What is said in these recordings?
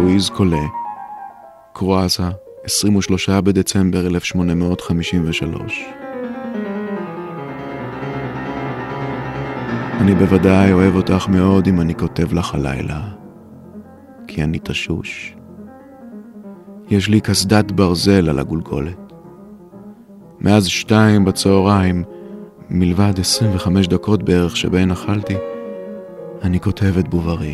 לואיז קולה, קרואסה, 23 בדצמבר 1853. אני בוודאי אוהב אותך מאוד אם אני כותב לך הלילה, כי אני תשוש. יש לי כסדת ברזל על הגולגולת. מאז 2 בצהריים, מלבד 25 דקות בערך שבהן אכלתי, אני כותב את בוברי.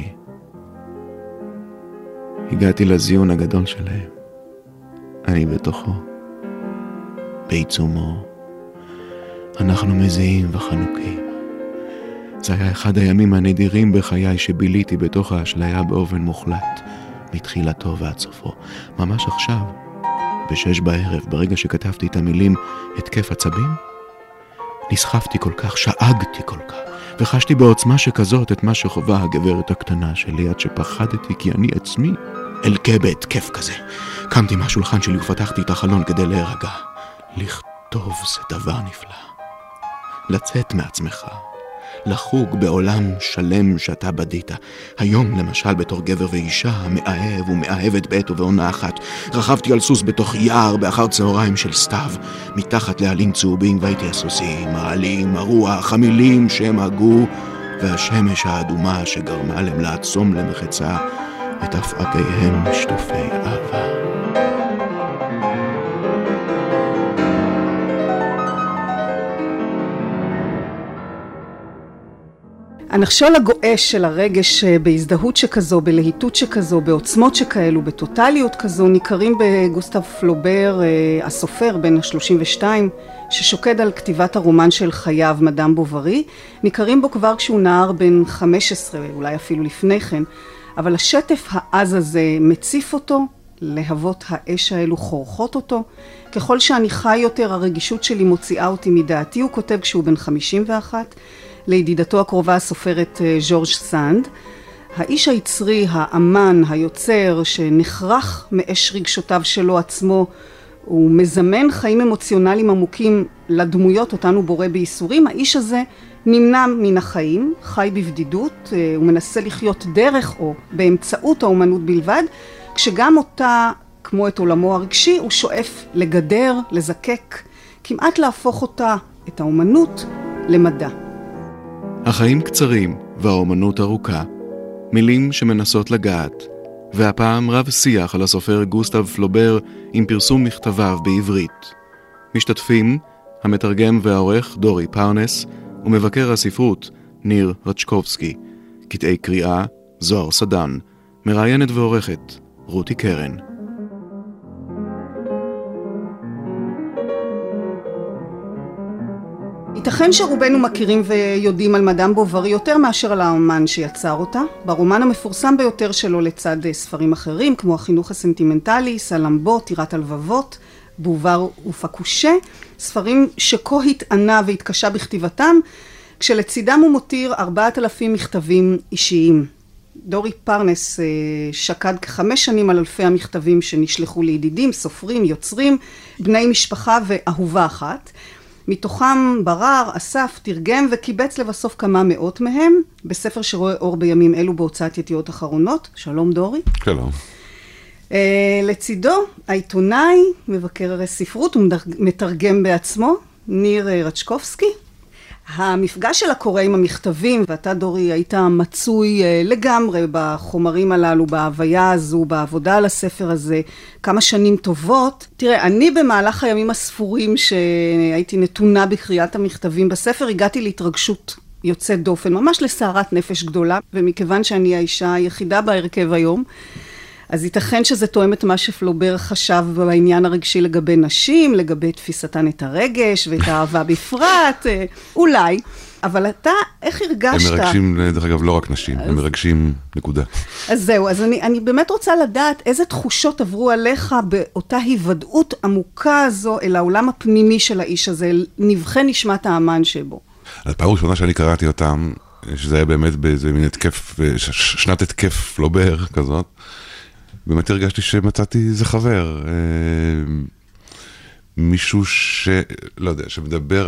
הגעתי לזיון הגדול שלהם. אני בתוכו, בעיצומו. אנחנו מזיעים וחנוקים. זה היה אחד הימים הנדירים בחיי שביליתי בתוך האשליה באופן מוחלט, מתחילתו ועד סופו. ממש עכשיו, ב6 בערב, ברגע שכתבתי את המילים התקף עצבים, נסחפתי כל כך, שאגתי כל כך, וחשתי בעוצמה שכזאת את מה שחובה הגברת הקטנה שלי, עד שפחדתי כי אני עצמי אלכה בהתקף כזה. קמתי מהשולחן שלי ופתחתי את החלון כדי להירגע. לכתוב זה דבר נפלא. לצאת מעצמך. לחוג בעולם שלם שאתה בדית. היום למשל בתור גבר ואישה, מאהב ומאהבת בעת ובעונה אחת, רכבתי על סוס בתוך יער באחר צהריים של סתיו, מתחת לעלים צהובים, והייתי הסוסים, העלים, הרוח, המילים שהם הגו, והשמש האדומה שגרמה להם לעצום למחצה את אפעפיהם שטופי אהבה. הנחשול הגועש של הרגש בהזדהות שכזו, בלהיטות שכזו, בעוצמות שכאלו, בטוטליות כזו, ניכרים בגוסטב פלובר, הסופר בן ה-32, ששוקד על כתיבת הרומן של חייו, מדאם בוברי. ניכרים בו כבר כשהוא נער בן 15, אולי אפילו לפני כן, אבל השטף העז הזה מציף אותו, להבות האש האלו חורכות אותו. ככל שאני חי יותר, הרגישות שלי מוציאה אותי מדעתי, הוא כותב כשהוא בן 51, לידידתו הקרובה הסופרת ז'ורג' סנד. האיש היצרי, האמן, היוצר, שנחרח מאש רגשותיו שלו עצמו, הוא מזמן חיים אמוציונליים עמוקים לדמויות אותנו בורא בייסורים. האיש הזה נמנע מן החיים, חי בבדידות, הוא מנסה לחיות דרך או באמצעות האומנות בלבד, כשגם אותה, כמו את עולמו הרגשי, הוא שואף לגדר, לזקק, כמעט להפוך אותה, את האומנות, למדע. החיים קצרים והאומנות ארוכה, מילים שמנסות לגעת, והפעם רב שיח על הסופר גוסטב פלובר עם פרסום מכתביו בעברית. משתתפים המתרגם והעורך דורי פרנס ומבקר הספרות ניר רצ'קובסקי. קטעי קריאה זוהר סדן, מראיינת ועורכת רותי קרן. ייתכן שרובנו מכירים ויודעים על מדאם בוברי יותר מאשר על האמן שיצר אותה. ברומן המפורסם ביותר שלו לצד ספרים אחרים, כמו החינוך הסנטימנטלי, סלמבו, טירת הלבבות, בובר ופקושה, ספרים שכה התענה והתקשה בכתיבתם, כשלצידם הוא מותיר 4,000 מכתבים אישיים. דורי פרנס שקד כ5 שנים על אלפי המכתבים שנשלחו לידידים, סופרים, יוצרים, בני משפחה ואהובה אחת. מתוכם ברר, אסף, תרגם וקיבץ לבסוף כמה מאות מהם, בספר שרואה אור בימים אלו בהוצאת ידיעות אחרונות. שלום דורי. שלום. לצידו, העיתונאי, מבקר ספרות ומתרגם בעצמו, ניר רצ'קובסקי. המפגש של הקורא עם המכתבים, ואתה דורי היית מצוי לגמרי בחומרים הללו, בהוויה הזו, בעבודה על הספר הזה, כמה שנים טובות. תראה, אני במהלך הימים הספורים שהייתי נתונה בקריאת המכתבים בספר, הגעתי להתרגשות יוצאת דופן, ממש לסערת נפש גדולה, ומכיוון שאני האישה היחידה בהרכב היום, אז ייתכן שזה תואם את מה שפלובר חשב בעניין הרגשי לגבי נשים, לגבי תפיסתן את הרגש ואת האהבה בפרט, אולי. אבל אתה, איך הרגשת? הם מרגשים, דרך אגב, לא רק נשים, הם מרגשים נקודה. אז זהו, אז אני באמת רוצה לדעת איזה תחושות עברו עליך באותה היוודעות עמוקה הזו אל העולם הפנימי של האיש הזה, נבחי נשמת האמן שבו. הפעם הראשונה שאני קראתי אותם, שזה היה באמת באיזה מין התקף, שנת התקף פלובר כזאת, באמת הרגשתי שמצאתי איזה חבר, מישהו לא יודע, שמדבר על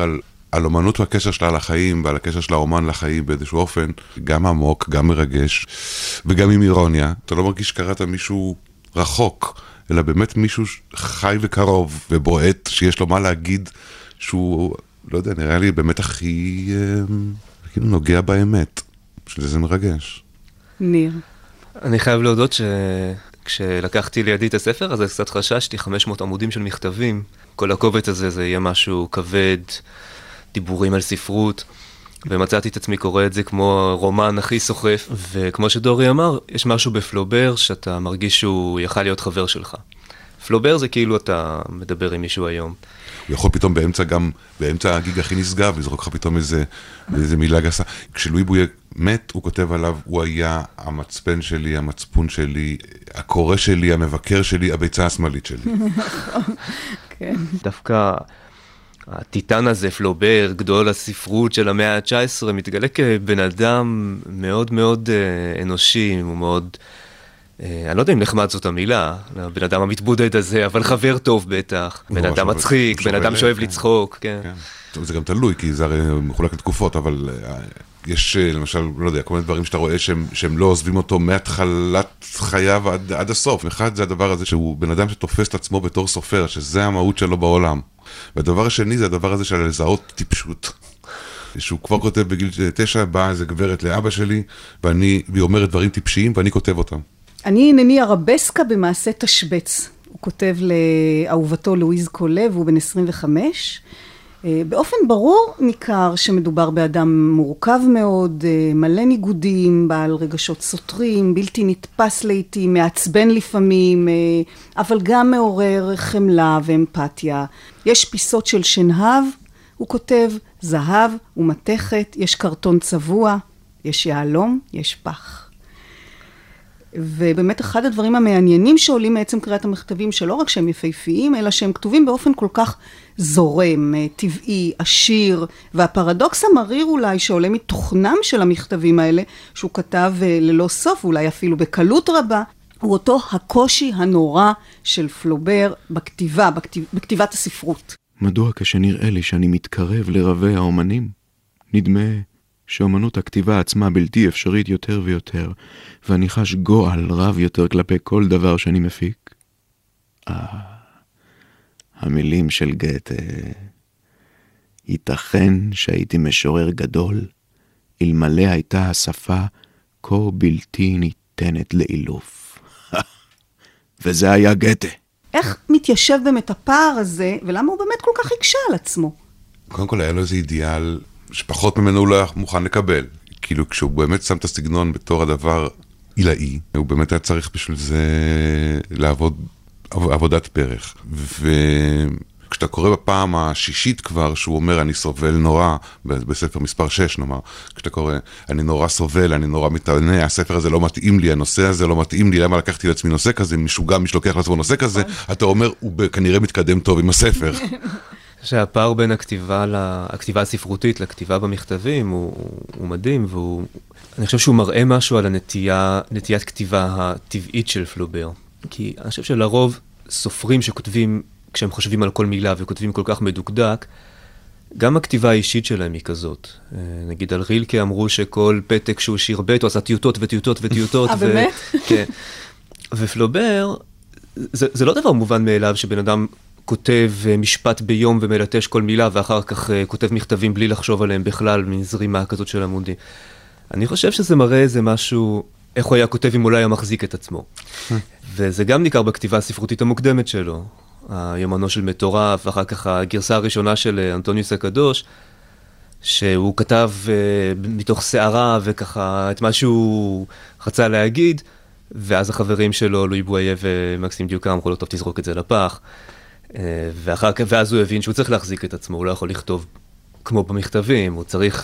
על אומנות והקשר שלה לחיים, ועל הקשר של האומן לחיים באיזשהו אופן, גם עמוק, גם מרגש, וגם עם אירוניה. אתה לא מרגיש שקראת מישהו רחוק, אלא באמת מישהו חי וקרוב ובועט, שיש לו מה להגיד, שהוא, לא יודע, נראה לי באמת הכי כאילו נוגע באמת, שזה מרגש. ניר. אני חייב להודות כשלקחתי לידי את הספר, אז קצת חששתי, 500 עמודים של מכתבים, כל הקובץ הזה זה יהיה משהו כבד, דיבורים על ספרות, ומצאתי את עצמי קורא את זה כמו רומן הכי סוחף, וכמו שדורי אמר, יש משהו בפלובר שאתה מרגיש שהוא יכל להיות חבר שלך. פלובר זה כאילו אתה מדבר עם מישהו היום. הוא יכול פתאום באמצע הגיג הכי נשגב, לזרוק לך פתאום איזה מילה גסה. כשלואי בויה מת, הוא כותב עליו, הוא היה המצפן שלי, המצפון שלי, הקורא שלי, המבקר שלי, הביצה השמאלית שלי. כן. דווקא הטיטן הזה, פלובר, גדול הספרות של המאה ה-19, מתגלה כבן אדם מאוד מאוד אנושי, הוא מאוד, אני לא יודע אם נחמד זאת המילה, בן אדם המתבודד הזה, אבל חבר טוב בטח, בן אדם מצחיק, בן אדם שאוהב לצחוק, כן. זה גם תלוי, כי זה הרי מחולק לתקופות, אבל יש למשל, לא יודע, כל מיני דברים שאתה רואה שהם לא עוזבים אותו מהתחלת חייו עד הסוף. אחד זה הדבר הזה שהוא בן אדם שתופס את עצמו בתור סופר, שזה המהות שלו בעולם. והדבר השני זה הדבר הזה של לזהות טיפשות. שהוא כבר כותב בגיל 9, באה איזה גברת לאבא שלי, והיא אומרת דברים טיפשיים, ואני כותב אותם. אני הנני הרבסקה במעשה תשבץ. הוא כותב לאהובתו לואיז קולב, הוא בן 25. באופן ברור ניכר שמדובר באדם מורכב מאוד, מלא ניגודים, בעל רגשות סותרים, בלתי נתפס לעתים, מעצבן לפעמים, אבל גם מעורר חמלה ואמפתיה. יש פיסות של שנהב, הוא כותב, זהב ומתכת, יש קרטון צבוע, יש יעלום, יש פח. ובאמת אחד הדברים המעניינים שעולים מעצם קריאת המכתבים שלא רק שהם יפהפיים, אלא שהם כתובים באופן כל כך זורם, טבעי, עשיר, והפרדוקס המריר אולי שעולה מתוכנם של המכתבים האלה, שהוא כתב ללא סוף, אולי אפילו בקלות רבה, הוא אותו הקושי הנורא של פלובר בכתיבת הספרות. מדוע כשנראה לי שאני מתקרב לרבי האומנים, נדמה שאומנות הכתיבה עצמה בלתי אפשרית יותר ויותר, ואני חש גועל רב יותר כלפי כל דבר שאני מפיק. המילים של גתה, ייתכן שהייתי משורר גדול, אלמלא הייתה השפה כה בלתי ניתנת לאילוף. וזה היה גתה. איך מתיישב באמת הפער הזה, ולמה הוא באמת כל כך הקשה על עצמו? קודם כל היה לו איזה אידיאל שפחות ממנו הוא לא היה מוכן לקבל. כאילו כשהוא באמת שם את הסגנון בתור הדבר עילאי, הוא באמת היה צריך בשביל זה לעבוד עבודת פרח. וכשאתה קורא בפעם השישית כבר, שהוא אומר אני סובל נורא, בספר מספר 6 נאמר, כשאתה קורא אני נורא סובל, אני נורא מתענה, הספר הזה לא מתאים לי, הנושא הזה לא מתאים לי, למה לקחתי לעצמי נושא כזה, משוגע מי שלוקח לעצמו נושא כזה, אתה אומר הוא כנראה מתקדם טוב עם הספר. שהפער בין הכתיבה הספרותית לכתיבה במכתבים הוא מדהים, אני חושב שהוא מראה משהו על נטיית כתיבה הטבעית של פלובר. כי אני חושב שלרוב סופרים שכותבים, כשהם חושבים על כל מילה וכותבים כל כך מדוקדק, גם הכתיבה האישית שלהם היא כזאת. נגיד על רילקה אמרו שכל פתק שהוא שירבט, הוא עשה טיוטות וטיוטות וטיוטות. באמת? כן. ופלובר, זה לא דבר מובן מאליו שבן אדם כותב משפט ביום ומלטש כל מילה, ואחר כך כותב מכתבים בלי לחשוב עליהם בכלל, מזרימה כזאת של עמודים. אני חושב שזה מראה איזה משהו, איך הוא היה כותב אם אולי היה מחזיק את עצמו. וזה גם ניכר בכתיבה הספרותית המוקדמת שלו. היומנו של מטורף, ואחר כך הגרסה הראשונה של אנטוניוס הקדוש, שהוא כתב מתוך שערה וככה את מה שהוא רצה להגיד, ואז החברים שלו, לואי בויה ומקסים דיוקה, אמרו לו, טוב, תזרוק את זה לפח. ואז הוא הבין שהוא צריך להחזיק את עצמו, הוא לא יכול לכתוב כמו במכתבים, הוא צריך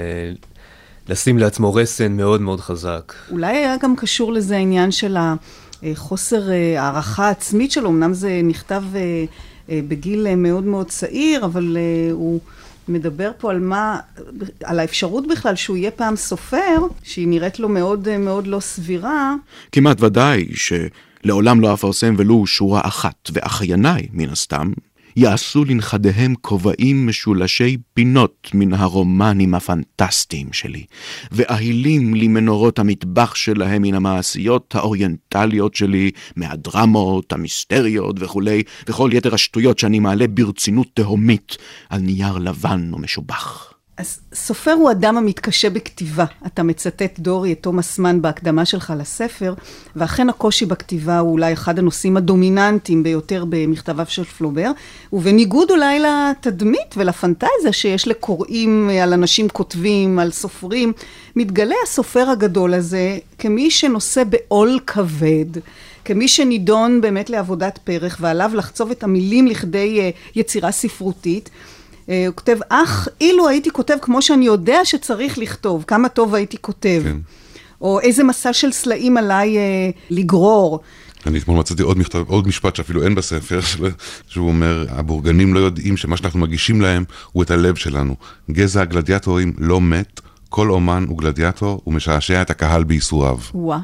לשים לעצמו רסן מאוד מאוד חזק. אולי היה גם קשור לזה העניין של החוסר הערכה עצמית שלו, אמנם זה נכתב בגיל מאוד מאוד צעיר, אבל הוא מדבר פה על האפשרות בכלל שהוא יהיה פעם סופר, שהיא נראית לו מאוד מאוד לא סבירה. כמעט ודאי שלעולם לא אפרסם ולו שורה אחת, ואחייני מן הסתם יעשו לנכדיהם כובעים משולשי פינות מן הרומנים הפנטסטיים שלי, ואהילים למנורות המטבח שלהם מן המעשיות האוריינטליות שלי, מהדרמות, המיסטריות וכולי, וכל יתר השטויות שאני מעלה ברצינות תהומית על נייר לבן ומשובח. אז סופר הוא אדם המתקשה בכתיבה. אתה מצטט דורי את תומאס מן בהקדמה שלך לספר, ואכן הקושי בכתיבה הוא אולי אחד הנושאים הדומיננטיים ביותר במכתביו של פלובר, ובניגוד אולי לתדמית ולפנטזיה שיש לקוראים על אנשים כותבים, על סופרים, מתגלה הסופר הגדול הזה כמי שנושא בעול כבד, כמי שנידון באמת לעבודת פרח, ועליו לחצוב את המילים לכדי יצירה ספרותית. הוא כותב, אילו הייתי כותב כמו שאני יודע שצריך לכתוב, כמה טוב הייתי כותב. כן. או איזה מסע של סלעים עליי לגרור. אני אתמול מצאתי עוד משפט שאפילו אין בספר, שהוא אומר, הבורגנים לא יודעים שמה שאנחנו מגישים להם הוא את הלב שלנו. גזע הגלדיאטורים לא מת, כל אומן הוא גלדיאטור, הוא משעשע את הקהל בייסוריו. וואה.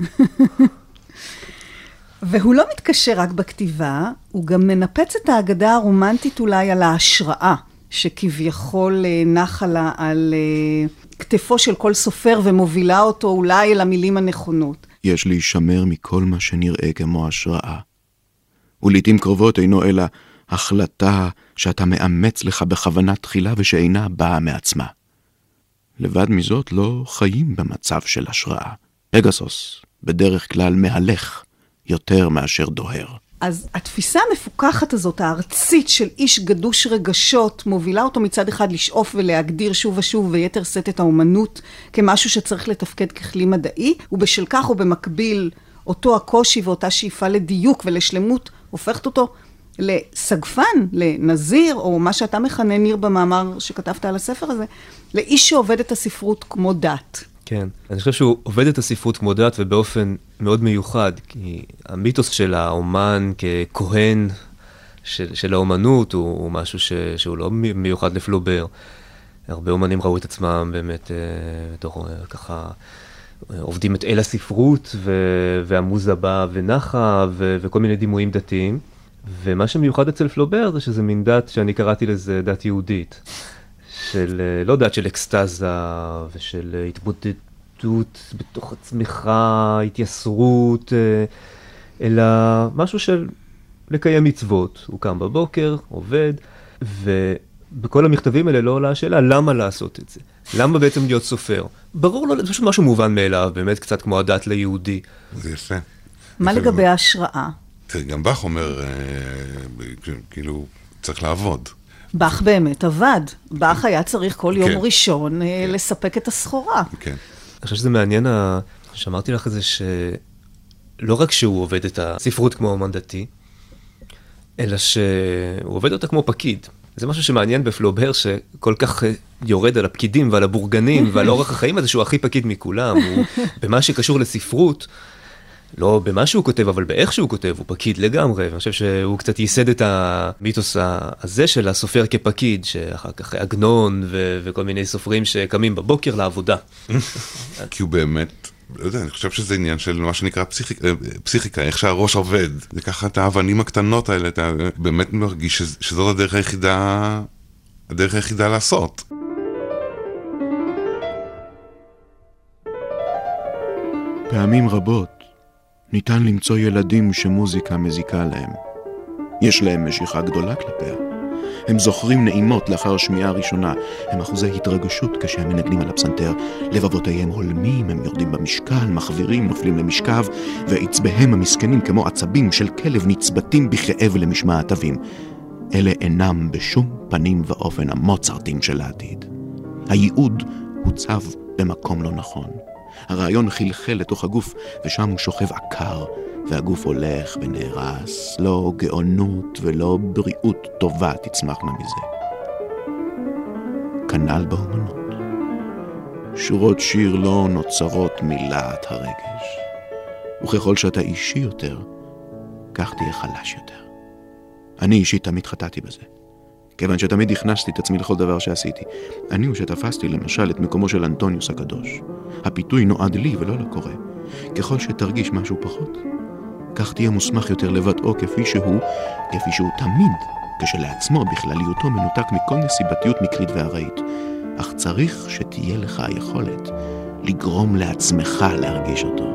והוא לא מתקשר רק בכתיבה, הוא גם מנפץ את האגדה הרומנטית אולי על ההשראה, שכביכול נחלה על כתפו של כל סופר ומובילה אותו אולי אל המילים הנכונות. יש להישמר מכל מה שנראה כמו השראה. ולעיתים קרובות אינו אלא החלטה שאתה מאמץ לך בכוונה תחילה ושאינה באה מעצמה. לבד מזאת לא חיים במצב של השראה. פגסוס בדרך כלל מהלך יותר מאשר דוהר. אז התפיסה המפוקחת הזאת, הארצית של איש גדוש רגשות, מובילה אותו מצד אחד לשאוף ולהגדיר שוב ושוב ויתר סט את האומנות כמשהו שצריך לתפקד ככלי מדעי, ובשל כך הוא במקביל אותו הקושי ואותה שאיפה לדיוק ולשלמות, הופכת אותו לסגפן, לנזיר, או מה שאתה מכנה ניר במאמר שכתבת על הספר הזה, לאיש שעובד את הספרות כמו דת. כן, אני חושב שהוא עובד את הספרות כמו דת ובאופן מאוד מיוחד, כי המיתוס של האומן ככהן של האומנות הוא משהו שהוא לא מיוחד לפלובר. הרבה אומנים ראו את עצמם באמת בתור ככה, עובדים את אל הספרות והמוזה באה ונחה וכל מיני דימויים דתיים. ומה שמיוחד אצל פלובר זה שזה מין דת שאני קראתי לזה דת יהודית. של, לא דת של אקסטזה ושל התבודדות בתוך עצמך, התייסרות, אלא משהו של לקיים מצוות. הוא קם בבוקר, עובד, ובכל המכתבים האלה לא עולה השאלה למה לעשות את זה. למה בעצם להיות סופר? ברור לו, זה פשוט משהו מובן מאליו, באמת קצת כמו הדת ליהודי. זה יפה. מה לגבי ההשראה? גם באך אומר, כאילו, צריך לעבוד. באך באמת עבד. באך היה צריך כל יום ראשון לספק את הסחורה. כן. אני חושב שזה מעניין, שאמרתי לך את זה שלא רק שהוא עובד את הספרות כמו אומן דתי, אלא שהוא עובד אותה כמו פקיד. זה משהו שמעניין בפלובר שכל כך יורד על הפקידים ועל הבורגנים ועל אורח החיים הזה שהוא הכי פקיד מכולם. הוא במה שקשור לספרות, לא במה שהוא כותב, אבל באיך שהוא כותב, הוא פקיד לגמרי, ואני חושב שהוא קצת ייסד את המיתוס הזה של הסופר כפקיד, שאחר כך עגנון וכל מיני סופרים שקמים בבוקר לעבודה. כי הוא באמת, לא יודע, אני חושב שזה עניין של מה שנקרא פסיכיקה, איך שהראש עובד. זה ככה את האבנים הקטנות האלה, אתה באמת מרגיש שזאת הדרך היחידה לעשות. פעמים רבות ניתן למצוא ילדים שמוזיקה מזיקה להם. יש להם משיכה גדולה כלפיה. הם זוכרים נעימות לאחר שמיעה ראשונה. הם אחוזי התרגשות כשהם מנגנים על הפסנתר. לבבותיהם הולמים, הם יורדים במשקל, מחבירים, נופלים למשכב, ועצביהם המסכנים כמו עצבים של כלב נצבטים בכאב למשמע תווים. אלה אינם בשום פנים ואופן המוצרטים של העתיד. הייעוד הוצב במקום לא נכון. הרעיון חלחל לתוך הגוף, ושם הוא שוכב עקר, והגוף הולך ונהרס. לא גאונות ולא בריאות טובה תצמחנה מזה. כנ"ל באומנות. שורות שיר לא נוצרות מלהט הרגש. וככל שאתה אישי יותר, כך תהיה חלש יותר. אני אישית תמיד חטאתי בזה. כיוון שתמיד הכנסתי את עצמי לכל דבר שעשיתי. אני הוא שתפסתי למשל את מקומו של אנטוניוס הקדוש. הפיתוי נועד לי ולא לקורא. ככל שתרגיש משהו פחות, כך תהיה מוסמך יותר לבטאו כפי שהוא תמיד כשלעצמו בכלליותו מנותק מכל נסיבתיות מקרית וארעית, אך צריך שתהיה לך היכולת לגרום לעצמך להרגיש אותו.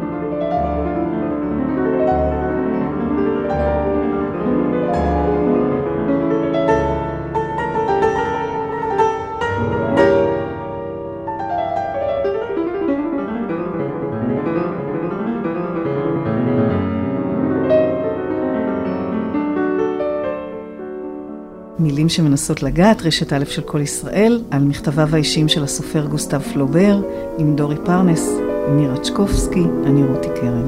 מילים שמנסות לגעת, רשת א' של כל ישראל, על מכתביו האישיים של הסופר גוסטב פלובר, עם דורי פרנס, מירה צ'קובסקי, אני רותי קרן.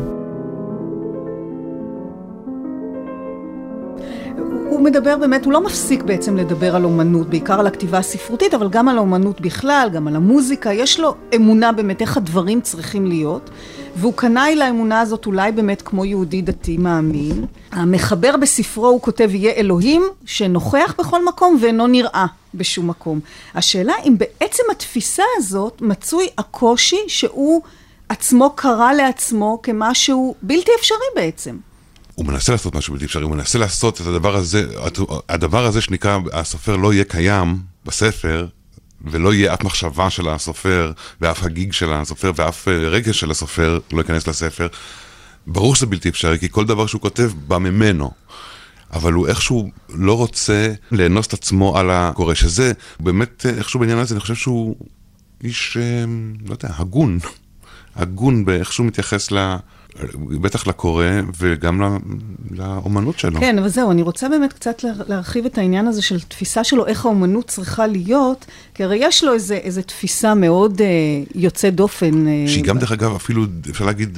הוא מדבר באמת, הוא לא מפסיק בעצם לדבר על אומנות, בעיקר על הכתיבה הספרותית, אבל גם על האומנות בכלל, גם על המוזיקה. יש לו אמונה באמת איך הדברים צריכים להיות, והוא קנאי לאמונה הזאת אולי באמת כמו יהודי דתי מאמין. המחבר בספרו הוא כותב, יהיה אלוהים שנוכח בכל מקום ואינו נראה בשום מקום. השאלה אם בעצם התפיסה הזאת מצוי הקושי שהוא עצמו קרא לעצמו כמשהו בלתי אפשרי בעצם. הוא מנסה לעשות משהו בלתי אפשרי, הוא מנסה לעשות את הדבר הזה שנקרא, הסופר לא יהיה קיים בספר, ולא יהיה אף מחשבה של הסופר, ואף הגיג של הסופר, ואף רגש של הסופר לא ייכנס לספר. ברור שזה בלתי אפשרי, כי כל דבר שהוא כותב בא ממנו. אבל הוא איכשהו לא רוצה לאנוס את עצמו על הקורא, שזה באמת איכשהו בעניין הזה, אני חושב שהוא איש, לא יודע, הגון באיכשהו מתייחס בטח לקורא וגם לאומנות שלו. כן, אבל זהו, אני רוצה באמת קצת להרחיב את העניין הזה של תפיסה שלו, איך האומנות צריכה להיות, כי הרי יש לו איזו תפיסה מאוד יוצא דופן. שהיא גם דרך אגב, אפילו אפשר להגיד,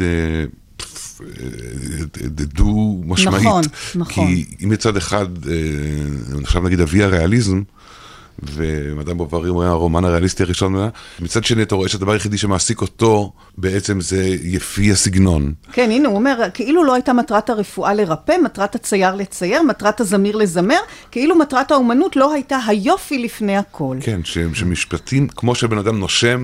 דו משמעית. נכון, נכון. כי אם מצד אחד, עכשיו נגיד אבי הריאליזם, ומדען בוברי הוא היה הרומן הריאליסטי הראשון, מצד שני אתה רואה שהדבר היחידי שמעסיק אותו בעצם זה יפי הסגנון. כן, הנה הוא אומר, כאילו לא הייתה מטרת הרפואה לרפא, מטרת הצייר לצייר, מטרת הזמיר לזמר, כאילו מטרת האומנות לא הייתה היופי לפני הכל. כן, שמשפטים, כמו שבן אדם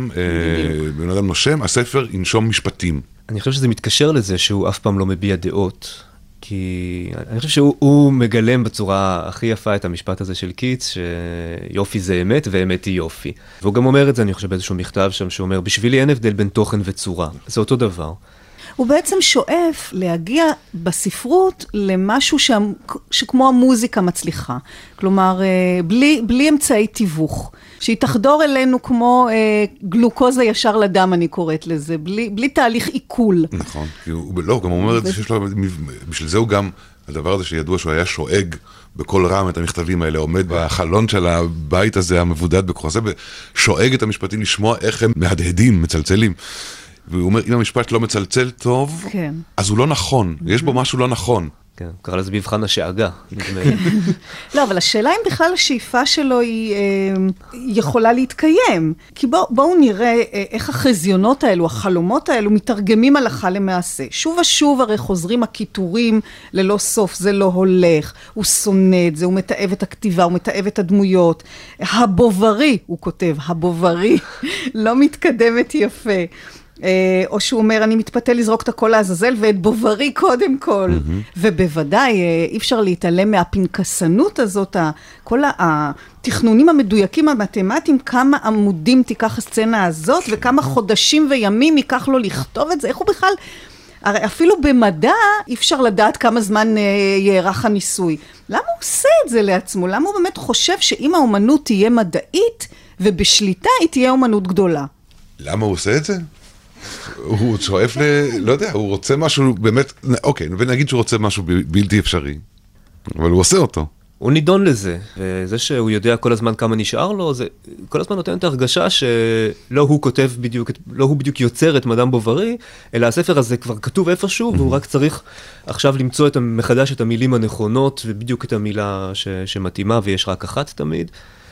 נושם, הספר ינשום משפטים. אני חושב שזה מתקשר לזה שהוא אף פעם לא מביע דעות, כי אני חושב שהוא מגלם בצורה הכי יפה את המשפט הזה של קיץ, שיופי זה אמת ואמת היא יופי. והוא גם אומר את זה, אני חושב, באיזשהו מכתב שם, שהוא אומר, בשבילי אין הבדל בין תוכן וצורה. זה אותו דבר. הוא בעצם שואף להגיע בספרות למשהו שכמו המוזיקה מצליחה. כלומר, בלי אמצעי תיווך. שהיא תחדור אלינו כמו גלוקוזה ישר לדם, אני קוראת לזה. בלי תהליך עיכול. נכון. לא, הוא גם אומר את זה שיש לו, בשביל זה הוא גם, הדבר הזה שידוע שהוא היה שואג בכל רם את המכתבים האלה, עומד בחלון של הבית הזה המבודד בכוח, שואג את המשפטים לשמוע איך הם מהדהדים, מצלצלים. והוא אומר, אם המשפט לא מצלצל טוב, כן. אז הוא לא נכון, יש בו משהו לא נכון. כן, קרא לזה מבחן השאגה. לא, אבל השאלה אם בכלל השאיפה שלו היא יכולה להתקיים. כי בואו נראה איך החזיונות האלו, החלומות האלו, מתרגמים הלכה למעשה. שוב ושוב הרי חוזרים הכיתורים ללא סוף, זה לא הולך, הוא שונא את זה, הוא מתאב את הכתיבה, הוא מתאב את הדמויות. הבוברי, הוא כותב, הבוברי, לא מתקדמת יפה. או שהוא אומר, אני מתפתה לזרוק את הכל לעזאזל, ואת בוברי קודם כל. ובוודאי, אי אפשר להתעלם מהפנקסנות הזאת, כל התכנונים המדויקים, המתמטיים, כמה עמודים תיקח הסצנה הזאת, וכמה חודשים וימים ייקח לו לכתוב את זה. איך הוא בכלל, הרי אפילו במדע, אי אפשר לדעת כמה זמן יארך הניסוי. למה הוא עושה את זה לעצמו? למה הוא באמת חושב שאם האומנות תהיה מדעית, ובשליטה היא תהיה אומנות גדולה? למה הוא עושה את זה? הוא שואף לא יודע, הוא רוצה משהו באמת, אוקיי, ונגיד שהוא רוצה משהו בלתי אפשרי, אבל הוא עושה אותו. הוא נידון לזה, וזה שהוא יודע כל הזמן כמה נשאר לו, זה כל הזמן נותן את הרגשה שלא הוא כותב בדיוק, לא הוא בדיוק יוצר את מדאם בוברי, אלא הספר הזה כבר כתוב איפשהו, והוא רק צריך עכשיו למצוא מחדש את המילים הנכונות, ובדיוק את המילה שמתאימה, ויש רק אחת תמיד.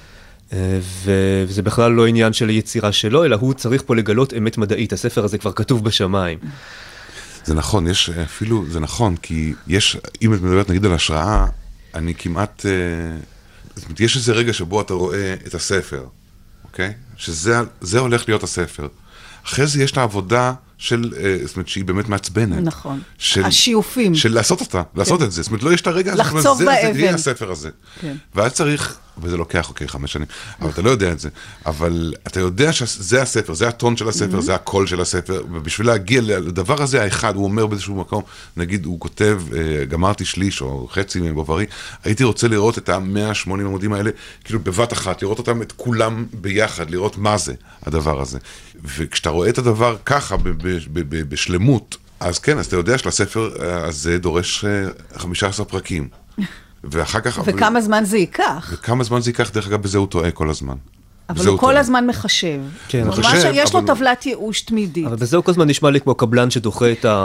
וזה בכלל לא עניין של היצירה שלו, אלא הוא צריך פה לגלות אמת מדעית. הספר הזה כבר כתוב בשמיים. זה נכון, יש אפילו, זה נכון, כי יש, אם את מדברת נגיד על השראה, אני כמעט, יש איזה רגע שבו אתה רואה את הספר, אוקיי? שזה הולך להיות הספר. אחרי זה יש את העבודה של, זאת אומרת, שהיא באמת מעצבנת. נכון. השיופים. של לעשות אותה, לעשות את זה. זאת אומרת, לא יש את הרגע הזה. לחצוב באבן. זה יהיה הספר הזה. כן. ואז צריך, וזה לוקח, 5 שנים, אבל אתה לא יודע את זה. אבל אתה יודע שזה הספר, זה הטון של הספר, זה הקול של הספר, ובשביל להגיע לדבר הזה, האחד, הוא אומר באיזשהו מקום, נגיד, הוא כותב, גמרתי שליש או חצי מבוברי, הייתי רוצה לראות את ה-180 עמודים האלה, כאילו בבת אחת, לראות אותם את כולם ביחד, לראות מה זה הדבר הזה. וכשאתה רואה את הדבר ככה, בשלמות, אז כן, אז אתה יודע שלספר הזה דורש 15 פרקים. ואחר כך... וכמה זמן זה ייקח? וכמה זמן זה ייקח, דרך אגב, בזה הוא טועה כל הזמן. אבל הוא כל הזמן מחשב. כן, מחשב. יש לו טבלת ייאוש תמידית. אבל בזה הוא כל הזמן נשמע לי כמו קבלן שדוחה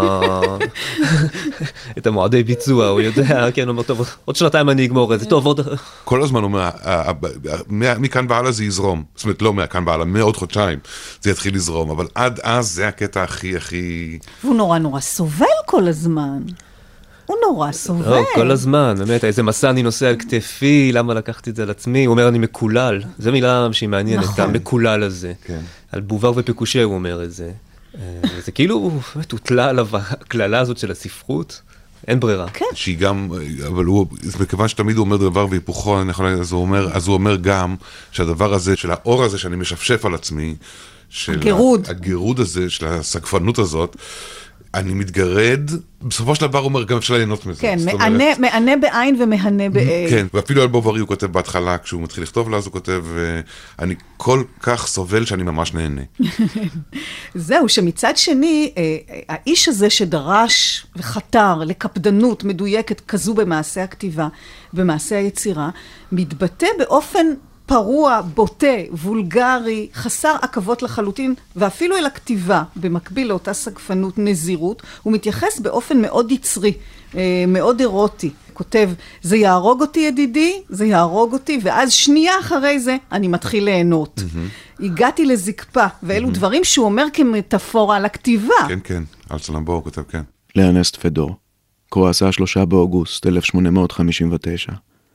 את המועדי ביצוע, הוא יודע, כן, הוא אומר, טוב, עוד 2 אני אגמור את זה, טוב, עוד... כל הזמן הוא אומר, מכאן והלאה זה יזרום. זאת אומרת, לא מכאן והלאה, מעוד חודשיים זה יתחיל לזרום, אבל עד אז זה הקטע הכי... והוא נורא סובל כל הזמן. הוא נורא סובל. לא, כל הזמן, באמת, איזה מסע אני נוסע על כתפי, למה לקחתי את זה על עצמי? הוא אומר, אני מקולל. זו מילה שהיא מעניינת, המקולל הזה. על בובר ופקושה הוא אומר את זה. זה כאילו, באמת, הוטלה עליו הכללה הזאת של הספרות. אין ברירה. כן. שהיא גם, אבל הוא, מכיוון שתמיד הוא אומר דבר והיפוכו, אז הוא אומר גם שהדבר הזה, של האור הזה שאני משפשף על עצמי, הגירוד הזה, של הסגפנות הזאת, אני מתגרד, בסופו של דבר הוא אומר, גם אפשר ליהנות מזה. כן, מענה בעין ומהנה בעין. כן, ואפילו על בוברי הוא כותב בהתחלה, כשהוא מתחיל לכתוב לה, אז הוא כותב, אני כל כך סובל שאני ממש נהנה. זהו, שמצד שני, האיש הזה שדרש וחתר לקפדנות מדויקת כזו במעשה הכתיבה, במעשה היצירה, מתבטא באופן פרוע, בוטה, וולגרי, חסר עקבות לחלוטין, ואפילו אל הכתיבה, במקביל לאותה סגפנות נזירות, הוא מתייחס באופן מאוד יצרי, מאוד אירוטי. כותב, זה יהרוג אותי ידידי, זה יהרוג אותי, ואז שנייה אחרי זה אני מתחיל ליהנות. הגעתי לזקפה, ואלו דברים שהוא אומר כמטאפורה על הכתיבה. כן, כן, על סלמבור הוא כותב, כן. לארנסט פדור, קרואסה 3 באוגוסט 1859.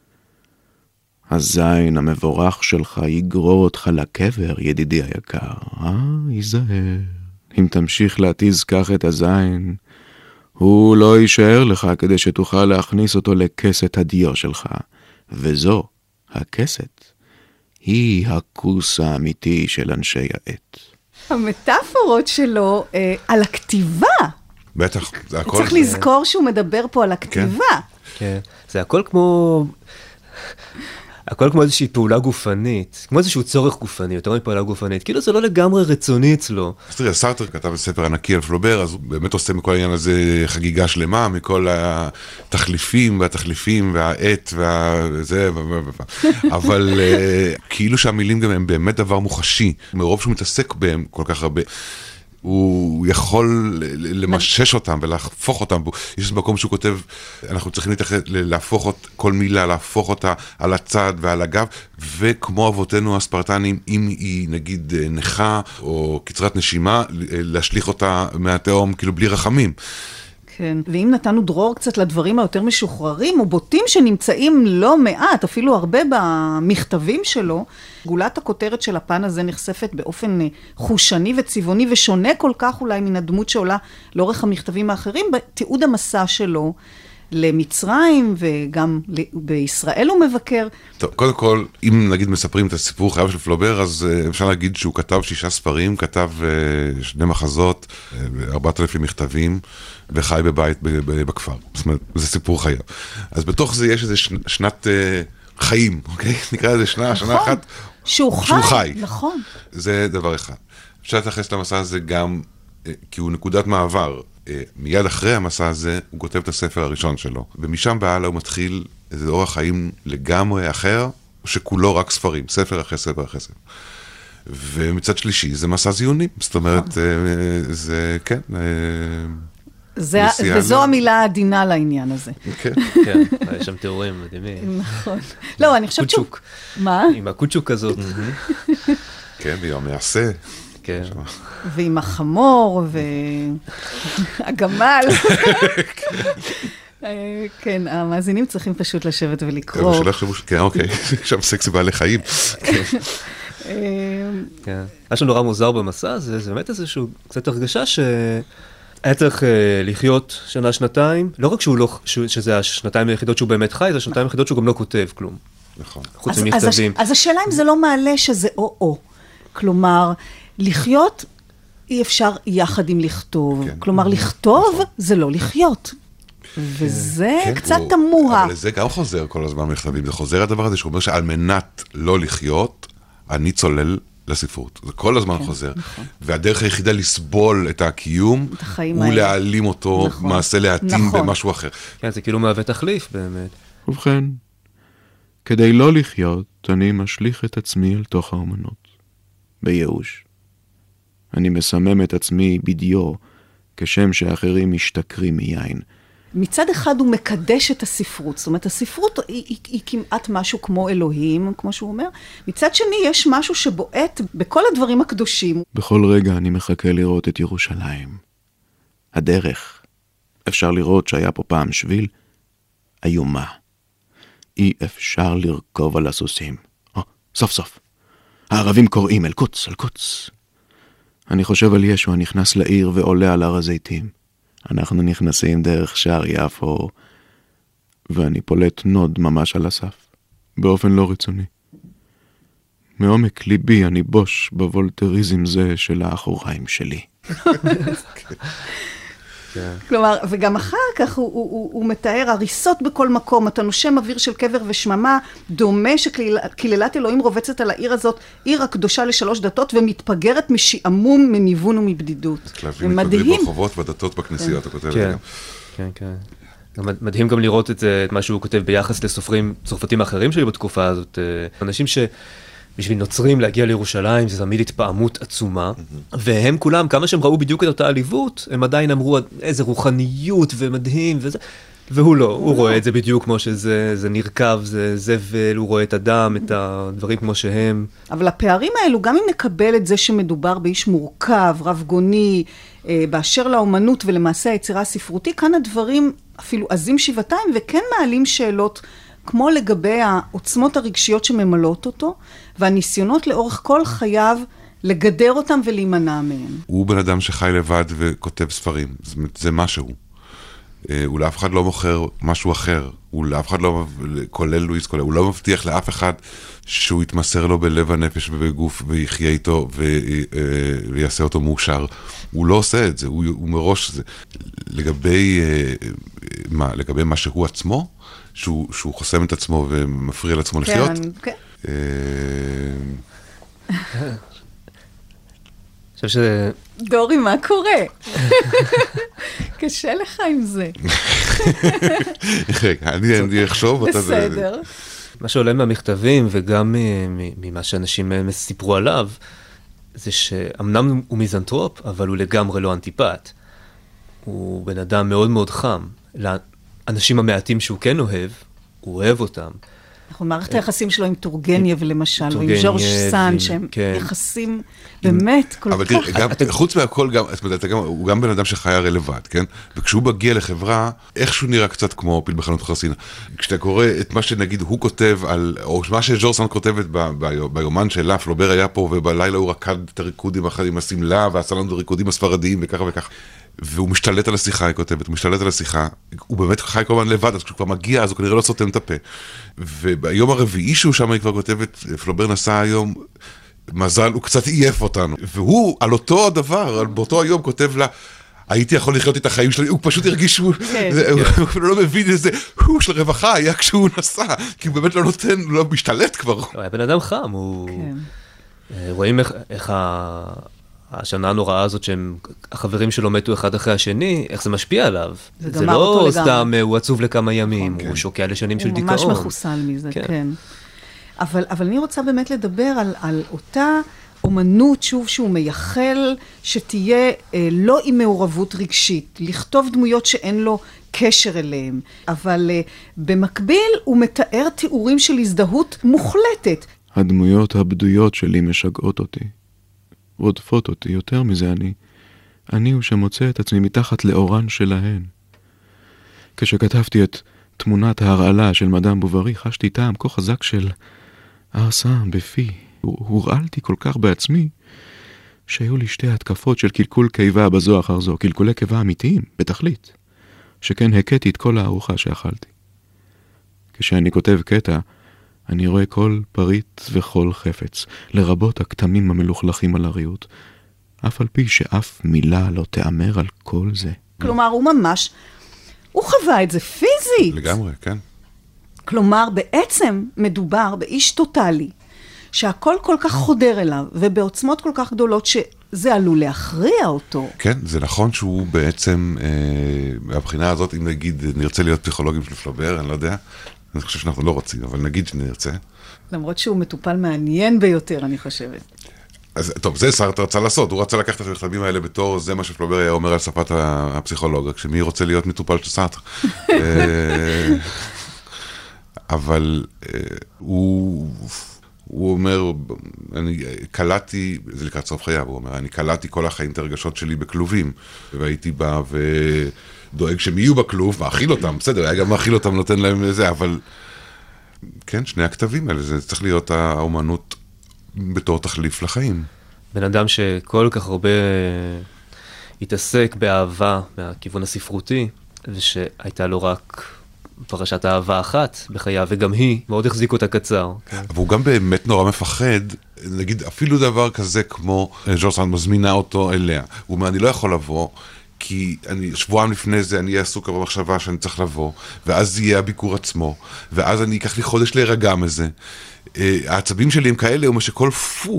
הזין המבורך שלך יגרור אותך לקבר, ידידי היקר. ייזהר. אם תמשיך להתיז כך את הזין, הוא לא יישאר לך כדי שתוכל להכניס אותו לכסת הדיו שלך. וזו, הכסת, היא הכוס האמיתי של אנשי העת. המטאפורות שלו על הכתיבה. בטח, זה הכל... צריך לזכור שהוא מדבר פה על הכתיבה. כן, זה הכל כמו... הכל כמו איזושהי פעולה גופנית, כמו איזשהו צורך גופני, יותר מפעולה גופנית, כאילו זה לא לגמרי רצוני אצלו. אז תראה, סארטר כתב ספר ענקי על פלובר, אז הוא באמת עושה מכל העניין הזה חגיגה שלמה, מכל התחליפים והעט והזה, אבל כאילו שהמילים גם הם באמת דבר מוחשי, מרוב שהוא מתעסק בהם כל כך הרבה. הוא יכול למשש אותם ולהפוך אותם. יש מקום שהוא כותב, אנחנו צריכים להפוך כל מילה, להפוך אותה על הצד ועל הגב, וכמו אבותינו הספרטנים, אם היא נגיד נכה או קצרת נשימה, להשליך אותה מהתהום כאילו בלי רחמים. כן, ואם נתנו דרור קצת לדברים היותר משוחררים, או בוטים שנמצאים לא מעט, אפילו הרבה במכתבים שלו, גולת הכותרת של הפן הזה נחשפת באופן חושני וצבעוני, ושונה כל כך אולי מן הדמות שעולה לאורך המכתבים האחרים, בתיעוד המסע שלו למצרים, וגם בישראל הוא מבקר. טוב, קודם כל, אם נגיד מספרים את הסיפור חייו של פלובר, אז אפשר להגיד שהוא כתב 6 ספרים, כתב 2 מחזות, 4,000 מכתבים, וחי בבית בכפר. זאת אומרת, זה סיפור חייו. אז בתוך זה יש איזה שנת חיים, אוקיי? נקרא לזה שנה אחת. שהוא חי. נכון. זה דבר אחד. אפשר להתייחס למסע הזה גם, כי הוא נקודת מעבר. מיד אחרי המסע הזה, הוא כותב את הספר הראשון שלו. ומשם והלאה הוא מתחיל איזה אורח חיים לגמרי אחר, שכולו רק ספרים, ספר אחרי ספר אחרי ספר. ומצד שלישי, זה מסע זיונים. זאת אומרת, זה, כן... וזו המילה העדינה לעניין הזה. כן. כן, יש שם תיאורים מדהימים. נכון. לא, אני חושבת שהוא... מה? עם הקוצ'וק הזאת. כן, ועם המעשה. כן. ועם החמור, והגמל. כן, המאזינים צריכים פשוט לשבת ולקרוא. כן, אוקיי, שם סקס בעלי חיים. משהו נורא מוזר במסע, זה באמת איזשהו קצת הרגשה שהיה צריך לחיות שנה-שנתיים, לא רק שזה השנתיים היחידות שהוא באמת חי, זה השנתיים היחידות שהוא גם לא כותב כלום. נכון. חוץ ממכתבים. אז השאלה אם זה לא מעלה שזה או-או. כלומר, לחיות אי אפשר יחד עם לכתוב. כלומר, לכתוב זה לא לחיות. וזה קצת תמוה. אבל זה גם חוזר כל הזמן מכתבים. זה חוזר הדבר הזה שאומר שעל מנת לא לחיות, אני צולל לספרות. זה כל הזמן חוזר. והדרך היחידה לסבול את הקיום, הוא להעלים אותו, מעשה להתאים במשהו אחר. כן, זה כאילו מהווה תחליף באמת. ובכן, כדי לא לחיות, אני משליך את עצמי אל תוך האומנות. בייאוש. אני מסמם את עצמי בדיו, כשם שאחרים משתכרים מיין. מצד אחד הוא מקדש את הספרות, זאת אומרת, הספרות היא כמעט משהו כמו אלוהים, כמו שהוא אומר. מצד שני, יש משהו שבועט בכל הדברים הקדושים. בכל רגע אני מחכה לראות את ירושלים. הדרך. אפשר לראות שהיה פה פעם שביל איומה. אי אפשר לרכוב על הסוסים. סוף סוף. הערבים קוראים אל קוץ, אל קוץ. אני חושב על ישו הנכנס לעיר ועולה על הר הזיתים. אנחנו נכנסים דרך שער יפו, ואני פולט נוד ממש על הסף, באופן לא רצוני. מעומק ליבי אני בוש בוולטריזם זה של האחוריים שלי. כלומר, וגם אחר כך הוא מתאר הריסות בכל מקום, אתה נושם אוויר של קבר ושממה, דומה שקללת אלוהים רובצת על העיר הזאת, עיר הקדושה לשלוש דתות, ומתפגרת משעמום, מניוון ומבדידות. כלבים מתפגרים ברחובות ודתות בכנסיות, הוא כותב. כן, כן. מדהים גם לראות את מה שהוא כותב ביחס לסופרים צרפתים אחרים שלי בתקופה הזאת. אנשים בשביל נוצרים להגיע לירושלים, זה תמיד התפעמות עצומה, והם כולם, כמה שהם ראו בדיוק את אותה עליבות, הם עדיין אמרו איזה רוחניות ומדהים וזה, והוא לא, הוא רואה את זה בדיוק כמו שזה נרכב, זה זבל, הוא רואה את הדם, את הדברים כמו שהם. אבל הפערים האלו, גם אם נקבל את זה שמדובר באיש מורכב, רב גוני, באשר לאומנות ולמעשה היצירה הספרותי, כאן הדברים אפילו עזים שבעתיים, וכן מעלים שאלות כמו לגבי העוצמות הרגשיות שממלאות אותו, והניסיונות לאורך כל חייו לגדר אותם ולהימנע מהם. הוא בן אדם שחי לבד וכותב ספרים, זה משהו. הוא לאף אחד לא מוכר משהו אחר, הוא לאף אחד לא, כולל לואיס קולה, הוא לא מבטיח לאף אחד שהוא יתמסר לו בלב הנפש ובגוף ויחיה איתו ויעשה אותו מאושר. הוא לא עושה את זה, הוא מראש זה. לגבי מה שהוא עצמו, שהוא חוסם את עצמו ומפריע לעצמו לחיות. כן. אני חושב דורי, מה קורה? קשה לך עם זה. רגע, אני אחשוב. בסדר. מה שעולה מהמכתבים וגם ממה שאנשים סיפרו עליו, זה שאמנם הוא מיזנטרופ, אבל הוא לגמרי לא אנטיפט. הוא בן אדם מאוד מאוד חם. לאנשים המעטים שהוא כן אוהב, הוא אוהב אותם. אנחנו מערכת היחסים שלו עם טורגנייב למשל, או עם ז'ורג' סאן, שהם יחסים באמת כל כך. אבל תראה, חוץ מהכל, הוא גם בן אדם שחי הרי לבד, כן? וכשהוא מגיע לחברה, איכשהו נראה קצת כמו פיל בחנות חרסינה. כשאתה קורא את מה שנגיד הוא כותב על, או מה שז'ורג' סאן כותבת ביומן שלה, פלובר היה פה, ובלילה הוא רקד את הריקודים עם הסמלה, ועשה לנו ריקודים הספרדיים, וככה וככה. והוא משתלט על השיחה, היא כותבת, הוא משתלט על השיחה, הוא באמת חי כל הזמן לבד, אז כשהוא כבר מגיע, אז הוא כנראה לא סותם את הפה. וביום הרביעי שהוא שם, היא כבר כותבת, פלובר נסע היום, מזל, הוא קצת עייף אותנו. והוא, על אותו הדבר, באותו היום כותב לה, הייתי יכול לחיות את החיים שלי, הוא פשוט הרגיש שהוא לא מבין איזה, הוא של רווחה היה כשהוא נסע, כי הוא באמת לא נותן, הוא לא משתלט כבר. הוא היה בן אדם חם, רואים איך השנה הנוראה הזאת שהם, החברים שלו מתו אחד אחרי השני, איך זה משפיע עליו. זה לא סתם, הוא עצוב לכמה ימים, הוא שוקע לשנים של דיכאון. הוא ממש מחוסל מזה, כן. אבל אני רוצה באמת לדבר על אותה אומנות, שוב, שהוא מייחל שתהיה לא עם מעורבות רגשית, לכתוב דמויות שאין לו קשר אליהם, אבל במקביל הוא מתאר תיאורים של הזדהות מוחלטת. הדמויות הבדויות שלי משגעות אותי. רודפות אותי, יותר מזה אני הוא שמוצא את עצמי מתחת לאורן שלהן. כשכתבתי את תמונת ההרעלה של מדאם בוברי, חשתי טעם כה חזק של ארסם בפי. הורעלתי כל כך בעצמי, שהיו לי שתי התקפות של קלקול קיבה בזו אחר זו, קלקולי קיבה אמיתיים, בתכלית, שכן הכיתי את כל הארוחה שאכלתי. כשאני כותב קטע, אני רואה כל פריט וכל חפץ, לרבות הכתמים המלוכלכים על הריהוט, אף על פי שאף מילה לא תאמר על כל זה. כלומר, הוא חווה את זה פיזית. לגמרי, כן. כלומר, בעצם מדובר באיש טוטלי, שהכל כל כך חודר אליו, ובעוצמות כל כך גדולות שזה עלול להכריע אותו. כן, זה נכון שהוא בעצם, מהבחינה הזאת, אם נגיד נרצה להיות פסיכולוגים של פלובר, אני לא יודע, אני חושב שאנחנו לא רוצים, אבל נגיד שנרצה. למרות שהוא מטופל מעניין ביותר, אני חושבת. אז טוב, זה סארטר רצה לעשות, הוא רצה לקחת את המכתבים האלה בתור, זה מה שפלובר היה אומר על שפת הפסיכולוגיה, כשמי רוצה להיות מטופל של סארטר. אבל הוא אומר, אני קלטתי, זה לקראת סוף חייו, הוא אומר, אני קלטתי כל החיים את הרגשות שלי בכלובים, והייתי בא ודואג שהם יהיו בכלוב, מאכיל אותם, בסדר, היה גם מאכיל אותם, נותן להם זה, אבל כן, שני הכתבים האלה, זה צריך להיות האומנות בתור תחליף לחיים. בן אדם שכל כך הרבה התעסק באהבה מהכיוון הספרותי, ושהייתה לו רק פרשת אהבה אחת בחייו, וגם היא מאוד החזיקו את הקצר. אבל הוא גם באמת נורא מפחד, נגיד אפילו דבר כזה כמו ז'ורז סנד מזמינה אותו אליה. הוא אומר, אני לא יכול לבוא, כי שבועיים לפני זה אני אהיה עסוק במחשבה שאני צריך לבוא, ואז יהיה הביקור עצמו, ואז אני אקח לי חודש להירגע מזה. העצבים שלי הם כאלה, הוא אומר שכל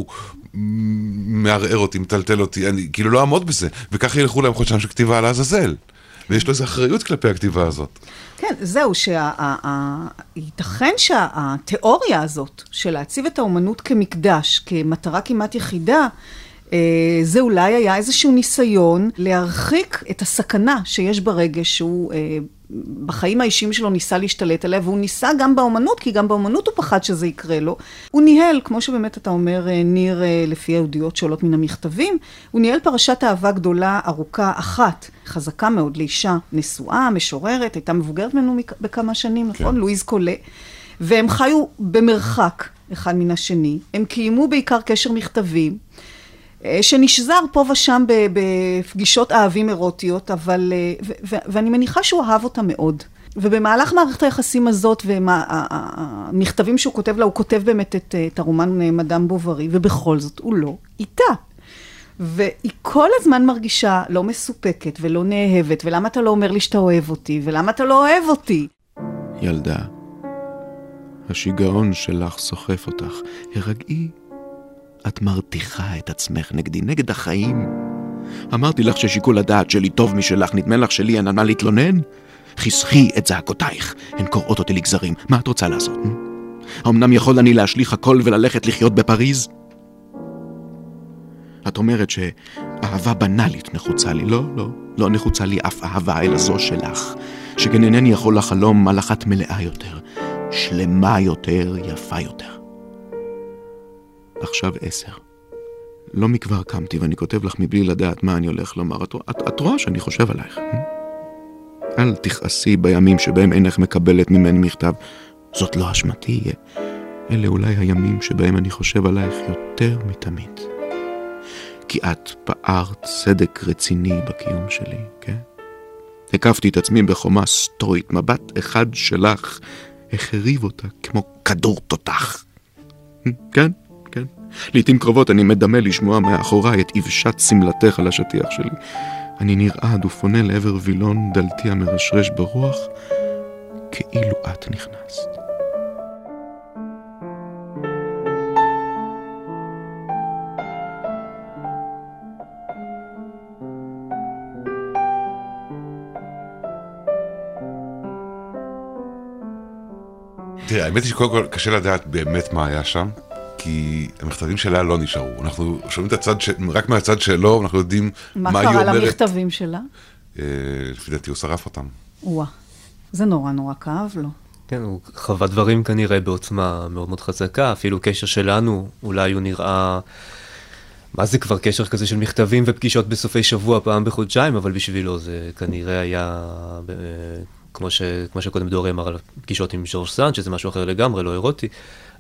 מערער אותי, מטלטל אותי, אני כאילו לא אעמוד בזה, וכך ילכו להם חודשיים של כתיבה על העזאזל. ויש לו איזו אחריות כלפי הכתיבה הזאת. כן, זהו, ייתכן שהתיאוריה הזאת של להציב את האומנות כמקדש, כמטרה כמעט יחידה, זה אולי היה איזשהו ניסיון להרחיק את הסכנה שיש ברגש שהוא בחיים האישיים שלו ניסה להשתלט עליה, והוא ניסה גם באומנות, כי גם באומנות הוא פחד שזה יקרה לו. הוא ניהל, כמו שבאמת אתה אומר, ניר, לפי היהודיות שעולות מן המכתבים, הוא ניהל פרשת אהבה גדולה, ארוכה, אחת, חזקה מאוד לאישה, נשואה, משוררת, הייתה מבוגרת ממנו בכמה שנים, נכון? לואיז קולה. והם חיו במרחק אחד מן השני. הם קיימו בעיקר קשר מכתבים, שנשזר פה ושם בפגישות אהבים אירוטיות, אבל, ואני מניחה שהוא אהב אותה מאוד. ובמהלך מערכת היחסים הזאת, והמכתבים שהוא כותב לה, הוא כותב באמת את הרומן מדאם בוברי, ובכל זאת הוא לא איתה. והיא כל הזמן מרגישה לא מסופקת ולא נאהבת, ולמה אתה לא אומר לי שאתה אוהב אותי, ולמה אתה לא אוהב אותי? ילדה, השיגעון שלך סוחף אותך, הרגעי. את מרתיחה את עצמך נגדי, נגד החיים. אמרתי לך ששיקול הדעת שלי טוב משלך, נדמה לך שלי אין על מה להתלונן? חסכי את זעקותייך, הן קוראות אותי לגזרים. מה את רוצה לעשות? האמנם יכול אני להשליך הכל וללכת לחיות בפריז? את אומרת שאהבה בנאלית נחוצה לי. לא נחוצה לי אף אהבה אלא זו שלך, שכן אינני יכול לחלום על אחת מלאה יותר, שלמה יותר, יפה יותר. עכשיו 10. לא מכבר קמתי ואני כותב לך מבלי לדעת מה אני הולך לומר. את רואה שאני חושב עלייך. אל תכעסי בימים שבהם אינך מקבלת ממני מכתב. זאת לא אשמתי. אלה אולי הימים שבהם אני חושב עלייך יותר מתמיד. כי את פערת צדק רציני בקיום שלי, כן? הקפתי את עצמי בחומה סטרואית, מבט אחד שלך החריב אותה כמו כדור תותח. כן? כן. לעתים קרובות אני מדמה לשמוע מאחוריי את יבשת סמלתך על השטיח שלי. אני נרעד ופונה לעבר וילון דלתי המרשרש ברוח, כאילו את נכנסת. תראה, האמת היא שקודם כל קשה לדעת באמת מה היה שם, כי המכתבים שלה לא נשארו. אנחנו שומעים את הצד, רק מהצד שלו, אנחנו יודעים מה היא אומרת. מה קרה למכתבים שלה? לפי דעתי הוא שרף אותם. וואה, זה נורא נורא כאב לו. כן, הוא חווה דברים כנראה בעוצמה מאוד מאוד חזקה, אפילו קשר שלנו, אולי הוא נראה, מה זה כבר קשר כזה של מכתבים ופגישות בסופי שבוע, פעם בחודשיים, אבל בשבילו זה כנראה היה, כמו שקודם דורי אמר על פגישות עם ז'ורז' סנד, שזה משהו אחר לגמרי, לא אירוטי,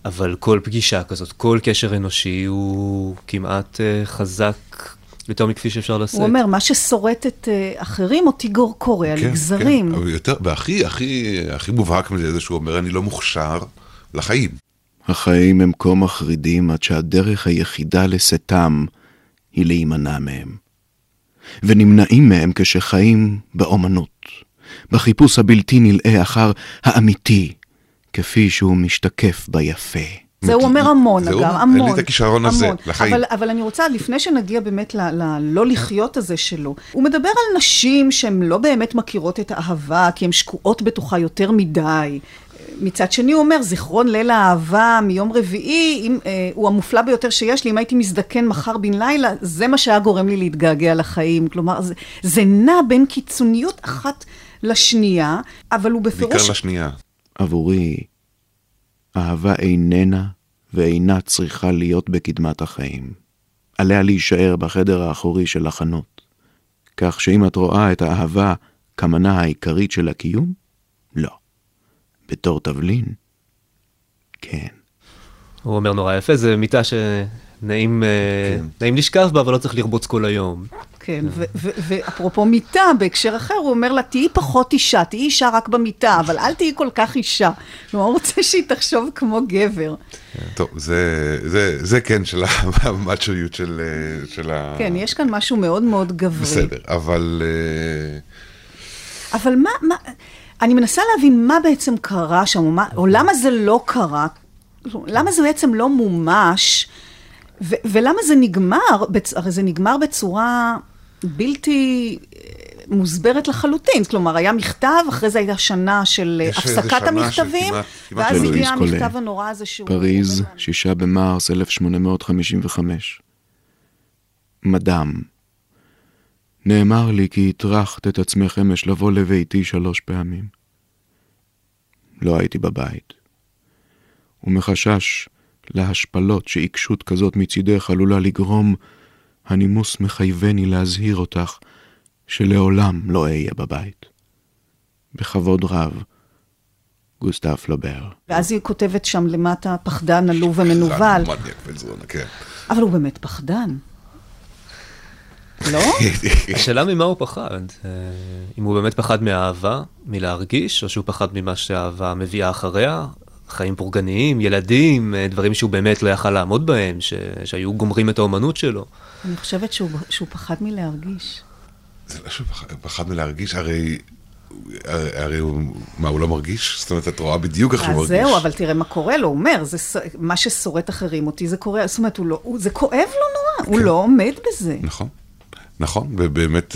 אבל כל פגישה כזאת, כל קשר אנושי הוא כמעט חזק יותר מכפי שאפשר לעשות. הוא אומר, מה ששורט את אחרים, אותי קורע לגזרים. כן, והכי מובהק מזה זה שהוא אומר, אני לא מוכשר לחיים. החיים הם כה מחרידים עד שהדרך היחידה לשאתם היא להימנע מהם. ונמנעים מהם כשחיים באומנות, בחיפוש הבלתי נלאה אחר האמיתי, כפי שהוא משתקף ביפה. זה הוא אומר המון, אגב, המון. אין לי את הכישרון הזה לחיים. אבל אני רוצה, לפני שנגיע באמת ללא לחיות הזה שלו, הוא מדבר על נשים שהן לא באמת מכירות את האהבה, כי הן שקועות בתוכה יותר מדי. מצד שני הוא אומר, זיכרון ליל האהבה מיום רביעי, הוא המופלא ביותר שיש לי, אם הייתי מזדקן מחר בן לילה, זה מה שהיה גורם לי להתגעגע לחיים. כלומר, זה נע בין קיצוניות אחת לשנייה, אבל הוא בפירוש... בעיקר לשנייה. עבורי, אהבה איננה ואינה צריכה להיות בקדמת החיים. עליה להישאר בחדר האחורי של החנות. כך שאם את רואה את האהבה כמנה העיקרית של הקיום, לא. בתור תבלין, כן. הוא אומר נורא יפה, זה מיטה שנעים לשכב בה, אבל לא צריך לרבוץ כל היום. כן, ואפרופו מיטה, בהקשר אחר, הוא אומר לה, תהי פחות אישה, תהי אישה רק במיטה, אבל אל תהי כל כך אישה. כלומר, הוא רוצה שהיא תחשוב כמו גבר. טוב, זה כן של המאצ'ויות של ה... כן, יש כאן משהו מאוד מאוד גברי. בסדר, אבל... אבל מה... אני מנסה להבין מה בעצם קרה שם, או למה זה לא קרה, למה זה בעצם לא מומש, ולמה זה נגמר, הרי זה נגמר בצורה בלתי מוסברת לחלוטין, כלומר היה מכתב, אחרי זה הייתה שנה של הפסקת המכתבים, ואז הגיע המכתב הנורא הזה שהוא... פריז, 6 במרס 1855. מדאם, נאמר לי כי הטרחת את עצמך אמש לבוא לביתי 3 פעמים. לא הייתי בבית. ומחשש להשפלות שעיקשות כזאת מצידך עלולה לגרום, הנימוס מחייבני להזהיר אותך שלעולם לא אהיה בבית. בכבוד רב, גוסטב פלובר. ואז היא כותבת שם למטה, פחדן, עלוב ומנוול. אבל הוא באמת פחדן. לא? השאלה ממה הוא פחד. אם הוא באמת פחד מהאהבה, מלהרגיש, או שהוא פחד ממה שהאהבה מביאה אחריה, חיים פורגניים, ילדים, דברים שהוא באמת לא יכל לעמוד בהם, שהיו גומרים את האומנות שלו. אני חושבת שהוא פחד מלהרגיש. זה לא שהוא פחד מלהרגיש, הרי הוא לא מרגיש? זאת אומרת, את רואה בדיוק איך שהוא מרגיש. זהו, אבל תראה מה קורה לו, הוא אומר, מה ששורט אחרים אותי, זה קורה, זאת אומרת, זה כואב לו נורא, הוא לא עומד בזה. נכון. נכון, ובאמת,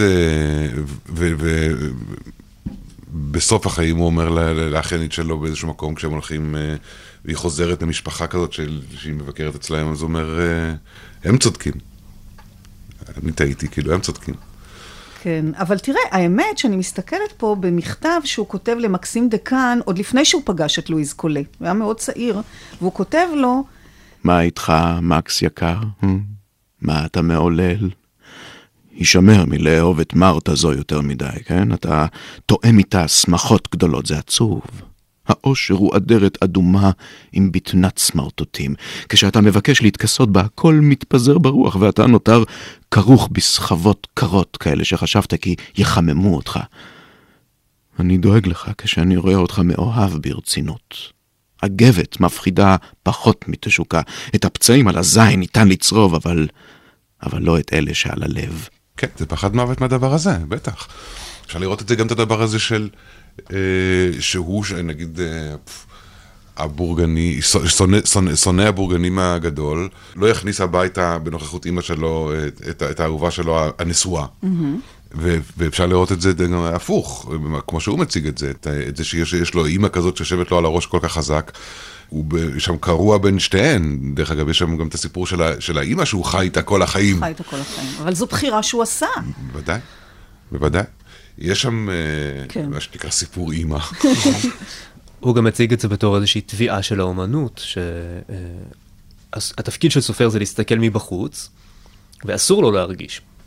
בסוף החיים הוא אומר לאחיינית שלו באיזשהו מקום, כשהם הולכים, והיא חוזרת למשפחה כזאת שהיא מבקרת אצלהם, אז הוא אומר, הם צודקים. אני טעיתי, כאילו, הם צודקים. כן, אבל תראה, האמת שאני מסתכלת פה במכתב שהוא כותב למקסים דקן, עוד לפני שהוא פגש את לואיז קולה. הוא היה מאוד צעיר, והוא כותב לו... מה איתך, מקס יקר? מה אתה מעולל? הישמר מלאהוב את מרתה זו יותר מדי, כן? אתה תואם איתה שמחות גדולות, זה עצוב. האושר הוא אדרת אדומה עם בטנת סמרטוטים. כשאתה מבקש להתכסות בה, הכל מתפזר ברוח, ואתה נותר כרוך בסחבות קרות כאלה שחשבת כי יחממו אותך. אני דואג לך כשאני רואה אותך מאוהב ברצינות. הגבת מפחידה פחות מתשוקה. את הפצעים על הזין ניתן לצרוב, אבל לא את אלה שעל הלב. כן, זה פחד מוות מהדבר הזה, בטח. אפשר לראות את זה גם את הדבר הזה של... שהוא, נגיד, הבורגני, שונא הבורגנים הגדול, לא יכניס הביתה בנוכחות אמא שלו את האהובה שלו הנשואה. ואפשר לראות את זה הפוך, כמו שהוא מציג את זה, את זה שיש לו אמא כזאת שיושבת לו על הראש כל כך חזק, הוא שם קרוע בין שתיהן, דרך אגב יש שם גם את הסיפור של האמא שהוא חי איתה כל החיים. חי איתה כל החיים, אבל זו בחירה שהוא עשה. בוודאי, בוודאי. יש שם מה שנקרא סיפור אימא. הוא גם מציג את זה בתור איזושהי תביעה של האומנות, שהתפקיד של סופר זה להסתכל מבחוץ, ואסור לו להרגיש.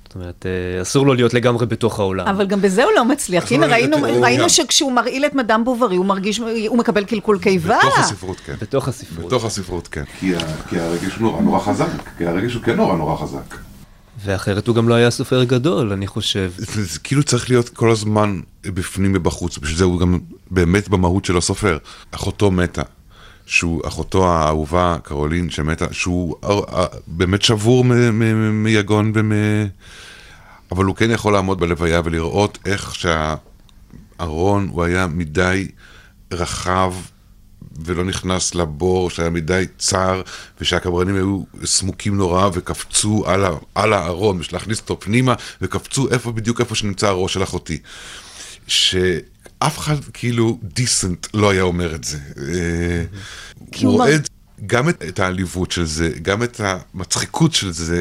זאת אומרת, אסור לו להיות לגמרי בתוך העולם. אבל גם בזה הוא לא מצליח. הנה, ראינו שכשהוא מרעיל את מדאם בוברי, הוא מקבל קלקול קיבה. בתוך הספרות, כן. בתוך הספרות. בתוך הספרות, כן. כי הרגש הוא נורא חזק. כי הרגש הוא כן נורא חזק. ואחרת הוא גם לא היה סופר גדול, אני חושב. זה כאילו צריך להיות כל הזמן בפנים ובחוץ, בשביל זה הוא גם באמת במהות שלו סופר. אחותו מתה, אחותו האהובה, קרולין, שמתה, שהוא באמת שבור מיגון, אבל הוא כן יכול לעמוד בלוויה ולראות איך שהארון הוא היה מדי רחב, ולא נכנס לבור, שהיה מדי צר, ושהקברנים היו סמוקים נורא, וקפצו על הארון, בשביל להכניס אותו פנימה, וקפצו בדיוק איפה שנמצא הראש של אחותי. שאף אחד כאילו דיסנט לא היה אומר את זה. הוא רואה גם את העליבות של זה, גם את המצחיקות של זה,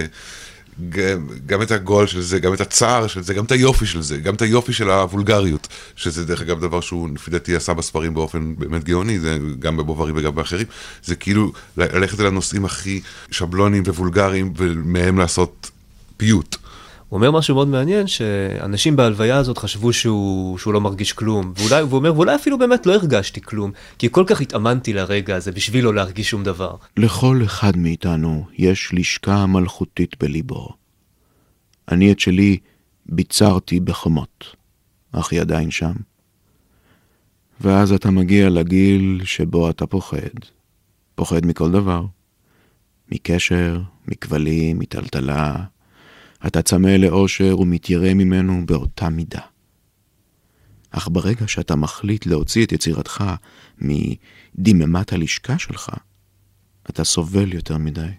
גם את הגול של זה, גם את הצער של זה, גם את היופי של זה, גם את היופי של הוולגריות, שזה דרך אגב דבר שהוא לפי דעתי עשה בספרים באופן באמת גאוני, זה גם בבוברי וגם באחרים, זה כאילו ללכת אל הנושאים הכי שבלוניים ווולגריים, ומהם לעשות פיוט. הוא אומר משהו מאוד מעניין, שאנשים בהלוויה הזאת חשבו שהוא לא מרגיש כלום, והוא אומר, ואולי אפילו באמת לא הרגשתי כלום, כי כל כך התאמנתי לרגע הזה, בשביל לא להרגיש שום דבר. לכל אחד מאיתנו יש לשכה מלכותית בליבו. אני את שלי ביצרתי בחומות, אך היא עדיין שם. ואז אתה מגיע לגיל שבו אתה פוחד מכל דבר. מקשר, מכבלים, מטלטלה, אתה צמא לאושר ומתיירא ממנו באותה מידה. אך ברגע שאתה מחליט להוציא את יצירתך מדממת הלשכה שלך, אתה סובל יותר מדי.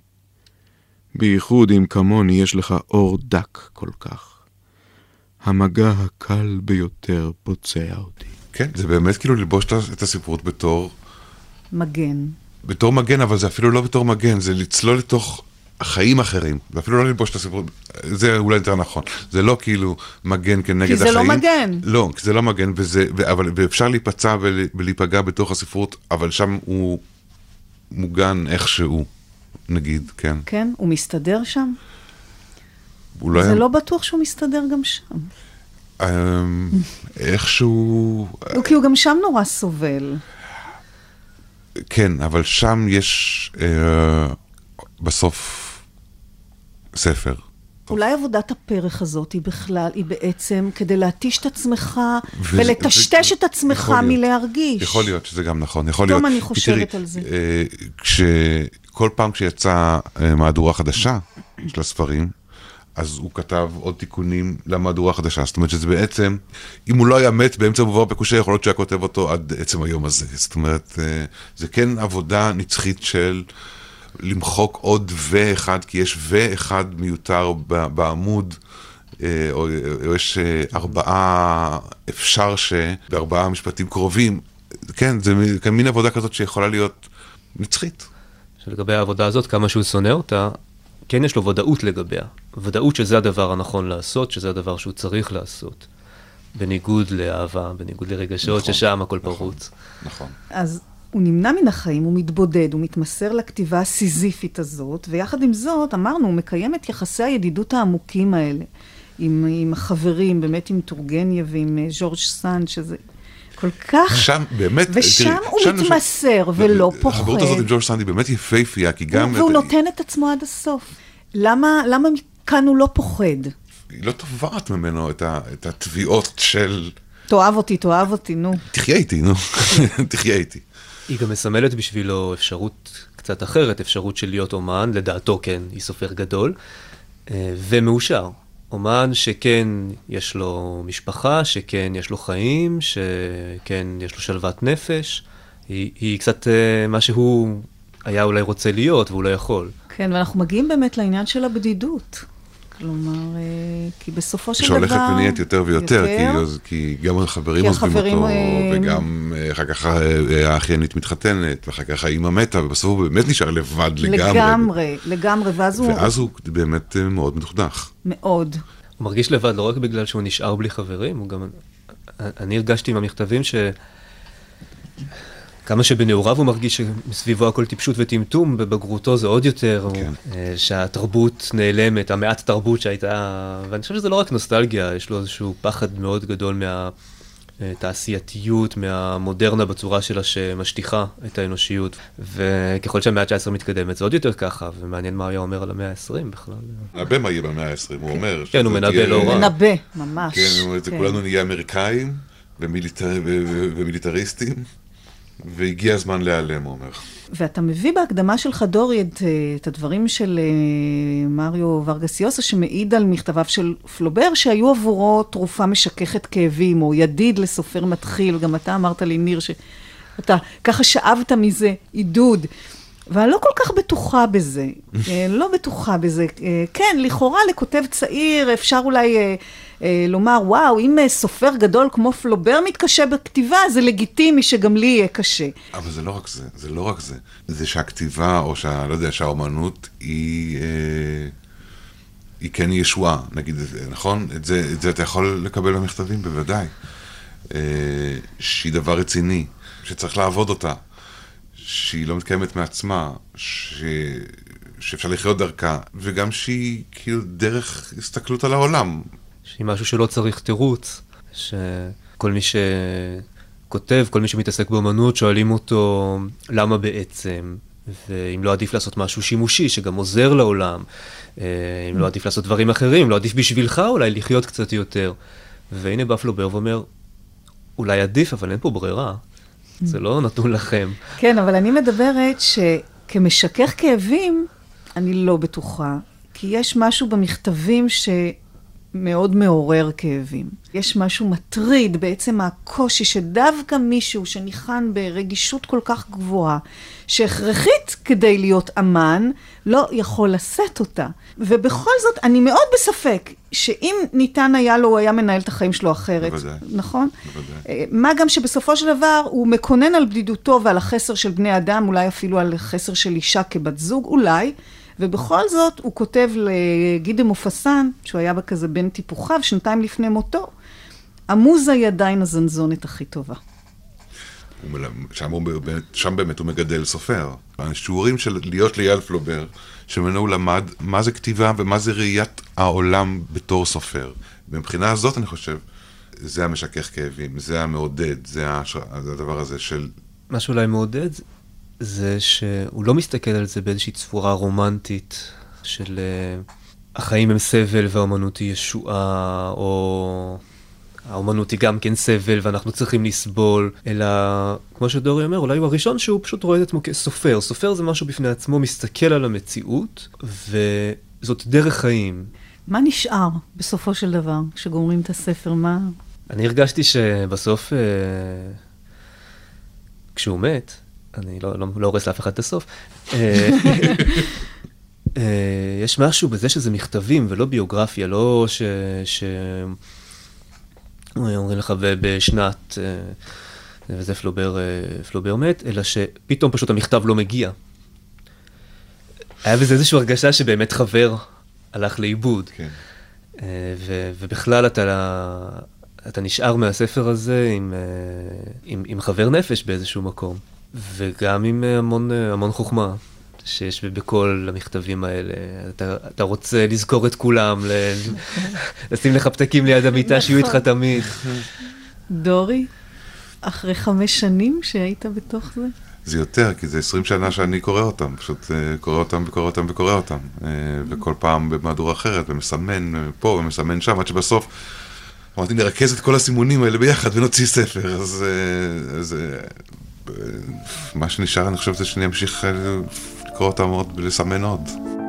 בייחוד אם כמוני יש לך אור דק כל כך. המגע הקל ביותר פוצע אותי. כן, זה באמת כאילו ללבוש את הספרות בתור מגן. בתור מגן, אבל זה אפילו לא בתור מגן, זה לצלול לתוך חיים אחרים, ואפילו לא ללבוש את הסיפור, זה אולי יותר נכון, זה לא כאילו מגן כנגד החיים. כי זה לא מגן. לא, כי זה לא מגן, ואפשר להיפצע ולהיפגע בתוך הספרות, אבל שם הוא מוגן איכשהו, נגיד, כן. כן, הוא מסתדר שם? זה לא בטוח שהוא מסתדר גם שם. איכשהו... כי הוא גם שם נורא סובל. כן, אבל שם יש בסוף ספר. אולי עבודת הפרח הזאת היא בכלל, היא בעצם כדי להתיש את עצמך ולטשטש את עצמך מלהרגיש. יכול להיות שזה גם נכון, יכול להיות. פתאום אני חושבת על זה. כל פעם כשיצאה מהדורה חדשה של הספרים, אז הוא כתב עוד תיקונים למהדורה החדשה. זאת אומרת שזה בעצם, אם הוא לא היה מת באמצע מבואר פקושה, יכול להיות שהיה כותב אותו עד עצם היום הזה. זאת אומרת, זה כן עבודה נצחית של למחוק עוד ואחד, כי יש ואחד מיותר בעמוד, או יש 4, אפשר ב4 משפטים קרובים. כן, זה מין עבודה כזאת שיכולה להיות נצחית. שלגבי העבודה הזאת, כמה שהוא שונא אותה, כן יש לו ודאות לגביה. ודאות שזה הדבר הנכון לעשות, שזה הדבר שהוא צריך לעשות. בניגוד לאהבה, בניגוד לרגשות, נכון, ששם הכל פרוץ. נכון. אז הוא נמנע מן החיים, הוא מתבודד, הוא מתמסר לכתיבה הסיזיפית הזאת, ויחד עם זאת, אמרנו, הוא מקיים את יחסי הידידות העמוקים האלה, עם החברים, באמת עם טורגניה ועם ז'ורג' סנד, שזה כל כך... שם באמת... ושם הוא מתמסר ולא פוחד. החברות הזאת עם ג'ורג' סנד היא באמת יפהפייה, כי גם... והוא נותן את עצמו עד הסוף. למה כאן הוא לא פוחד? היא לא תובעת ממנו את התביעות של... תאהב אותי, נו. תחיה איתי, נו. תחיה איתי. היא גם מסמלת בשבילו אפשרות קצת אחרת, אפשרות של להיות אומן, לדעתו כן, היא סופר גדול, ומאושר. אומן שכן יש לו משפחה, שכן יש לו חיים, שכן יש לו שלוות נפש, היא קצת מה שהוא היה אולי רוצה להיות והוא לא יכול. כן, ואנחנו מגיעים באמת לעניין של הבדידות. כלומר, כי בסופו של דבר... שהולכת ונהיית יותר ויותר, כי גם החברים עוזבים אותו, וגם אחר כך האחיינית מתחתנת, ואחר כך האמא מתה, ובסוף הוא באמת נשאר לבד לגמרי. לגמרי, ואז הוא באמת מאוד מדוכדך. מאוד. הוא מרגיש לבד לא רק בגלל שהוא נשאר בלי חברים, הוא גם... אני הרגשתי עם המכתבים כמה שבנעוריו הוא מרגיש שמסביבו הכל טיפשות וטמטום, בבגרותו זה עוד יותר, כן. שהתרבות נעלמת, המעט תרבות שהייתה, ואני חושב שזה לא רק נוסטלגיה, יש לו איזשהו פחד מאוד גדול מהתעשייתיות, מהמודרנה בצורה שלה שמשטיחה את האנושיות, וככל שהמאה ה-19 מתקדמת, זה עוד יותר ככה, ומעניין מה היה אומר על המאה ה-20 בכלל. נבא מה יהיה במאה ה-20, הוא אומר. כן, הוא מנבא לא רע. מנבא, ממש. כן, הוא אומר, כולנו נהיה אמריקאים ומיליטריסטים, והגיע הזמן להיעלם, הוא אומר. ואתה מביא בהקדמה שלך, דורי, את הדברים של מריו ורגס יוסה, שמעיד על מכתביו של פלובר, שהיו עבורו תרופה משככת כאבים, או ידיד לסופר מתחיל, גם אתה אמרת לי, ניר, שאתה ככה שאבת מזה עידוד, ואני לא כל כך בטוחה בזה, לא בטוחה בזה. כן, לכאורה לכותב צעיר, אפשר אולי לומר, וואו, אם סופר גדול כמו פלובר מתקשה בכתיבה, זה לגיטימי שגם לי יהיה קשה. אבל זה לא רק זה, זה לא רק זה. זה שהכתיבה, או לא יודע, שהאומנות היא כן ישועה, נגיד, נכון? את זה אתה יכול לקבל במכתבים, בוודאי. שהיא דבר רציני, שצריך לעבוד אותה. שהיא לא מתקיימת מעצמה, שאפשר לחיות דרכה, וגם שהיא כאילו דרך הסתכלות על העולם. שהיא משהו שלא צריך תירוץ, שכל מי שכותב, כל מי שמתעסק באמנות, שואלים אותו למה בעצם, ואם לא עדיף לעשות משהו שימושי, שגם עוזר לעולם, אם לא עדיף לעשות דברים אחרים, לא עדיף בשבילך אולי לחיות קצת יותר. והנה בא פלובר ואומר, אולי עדיף, אבל אין פה ברירה. זה לא נתון לכם. כן, אבל אני מדברת שכמשכך כאבים, אני לא בטוחה. כי יש משהו במכתבים שמאוד מעורר כאבים. יש משהו מטריד בעצם הקושי שדווקא מישהו שניחן ברגישות כל כך גבוהה, שהכרחית כדי להיות אמן, לא יכול לשאת אותה. ובכל זאת, אני מאוד בספק שאם ניתן היה לו, הוא היה מנהל את החיים שלו אחרת. בוודאי. נכון? בוודאי. מה גם שבסופו של דבר הוא מקונן על בדידותו ועל החסר של בני אדם, אולי אפילו על חסר של אישה כבת זוג, אולי. ובכל זאת הוא כותב לגיי דה מופסן, שהוא היה בכזה בין טיפוחיו, שנתיים לפני מותו, המוזה היא עדיין הזנזונת הכי טובה. שם באמת הוא מגדל סופר. השיעורים של להיות ליד פלובר, שממנו הוא למד מה זה כתיבה ומה זה ראיית העולם בתור סופר. מבחינה הזאת אני חושב, זה המשכך כאבים, זה המעודד, זה הדבר הזה של... מה שאולי מעודד זה שהוא לא מסתכל על זה באיזושהי צפורה רומנטית של החיים הם סבל והאומנות היא ישועה, או האומנות היא גם כן סבל ואנחנו צריכים לסבול, אלא כמו שדורי אומר, אולי הוא הראשון שהוא פשוט רואה את עצמו כסופר. סופר זה משהו בפני עצמו, מסתכל על המציאות, וזאת דרך חיים. מה נשאר בסופו של דבר, כשגומרים את הספר? מה? אני הרגשתי שבסוף, כשהוא מת, אני לא הורס לאף אחד את הסוף, יש משהו בזה שזה מכתבים ולא ביוגרפיה, לא אומרים לך בשנת, וזה פלובר מת, אלא שפתאום פשוט המכתב לא מגיע. היה בזה איזושהי הרגשה שבאמת חבר הלך לאיבוד. כן. ובכלל אתה נשאר מהספר הזה עם חבר נפש באיזשהו מקום. וגם עם המון חוכמה שיש בכל המכתבים האלה. אתה רוצה לזכור את כולם, לשים לך פתקים ליד המיטה שיהיו איתך תמיד. דורי, אחרי 5 שנים שהיית בתוך זה? זה יותר, כי זה 20 שנה שאני קורא אותם, פשוט קורא אותם וקורא אותם וקורא אותם, וכל פעם במהדורה אחרת, ומסמן פה ומסמן שם, עד שבסוף אמרתי, נרכז את כל הסימונים האלה ביחד ונוציא ספר, אז מה שנשאר, אני חושב, זה שאני אמשיך לקרוא אותם עוד ולסמן עוד.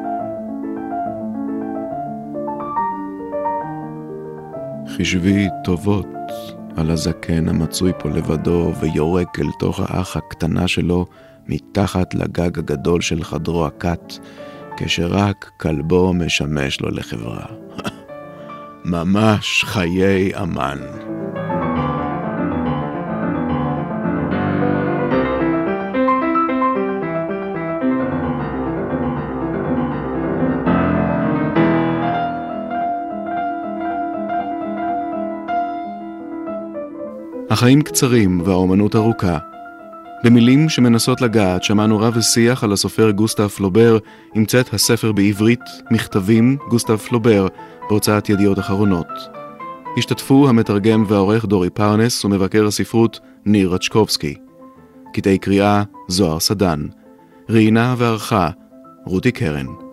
חשבי טובות על הזקן המצוי פה לבדו ויורק אל תוך האח הקטנה שלו מתחת לגג הגדול של חדרו הקט, כשרק כלבו משמש לו לחברה. ממש חיי אמן. החיים קצרים והאומנות ארוכה. במילים שמנסות לגעת שמענו רב ושיח על הסופר גוסטב פלובר, המצאת הספר בעברית מכתבים גוסטב פלובר בהוצאת ידיעות אחרונות. השתתפו המתרגם והעורך דורי פרנס ומבקר הספרות ניר רצ'קובסקי. קטעי קריאה זוהר סדן. ראיינה וערכה רותי קרן.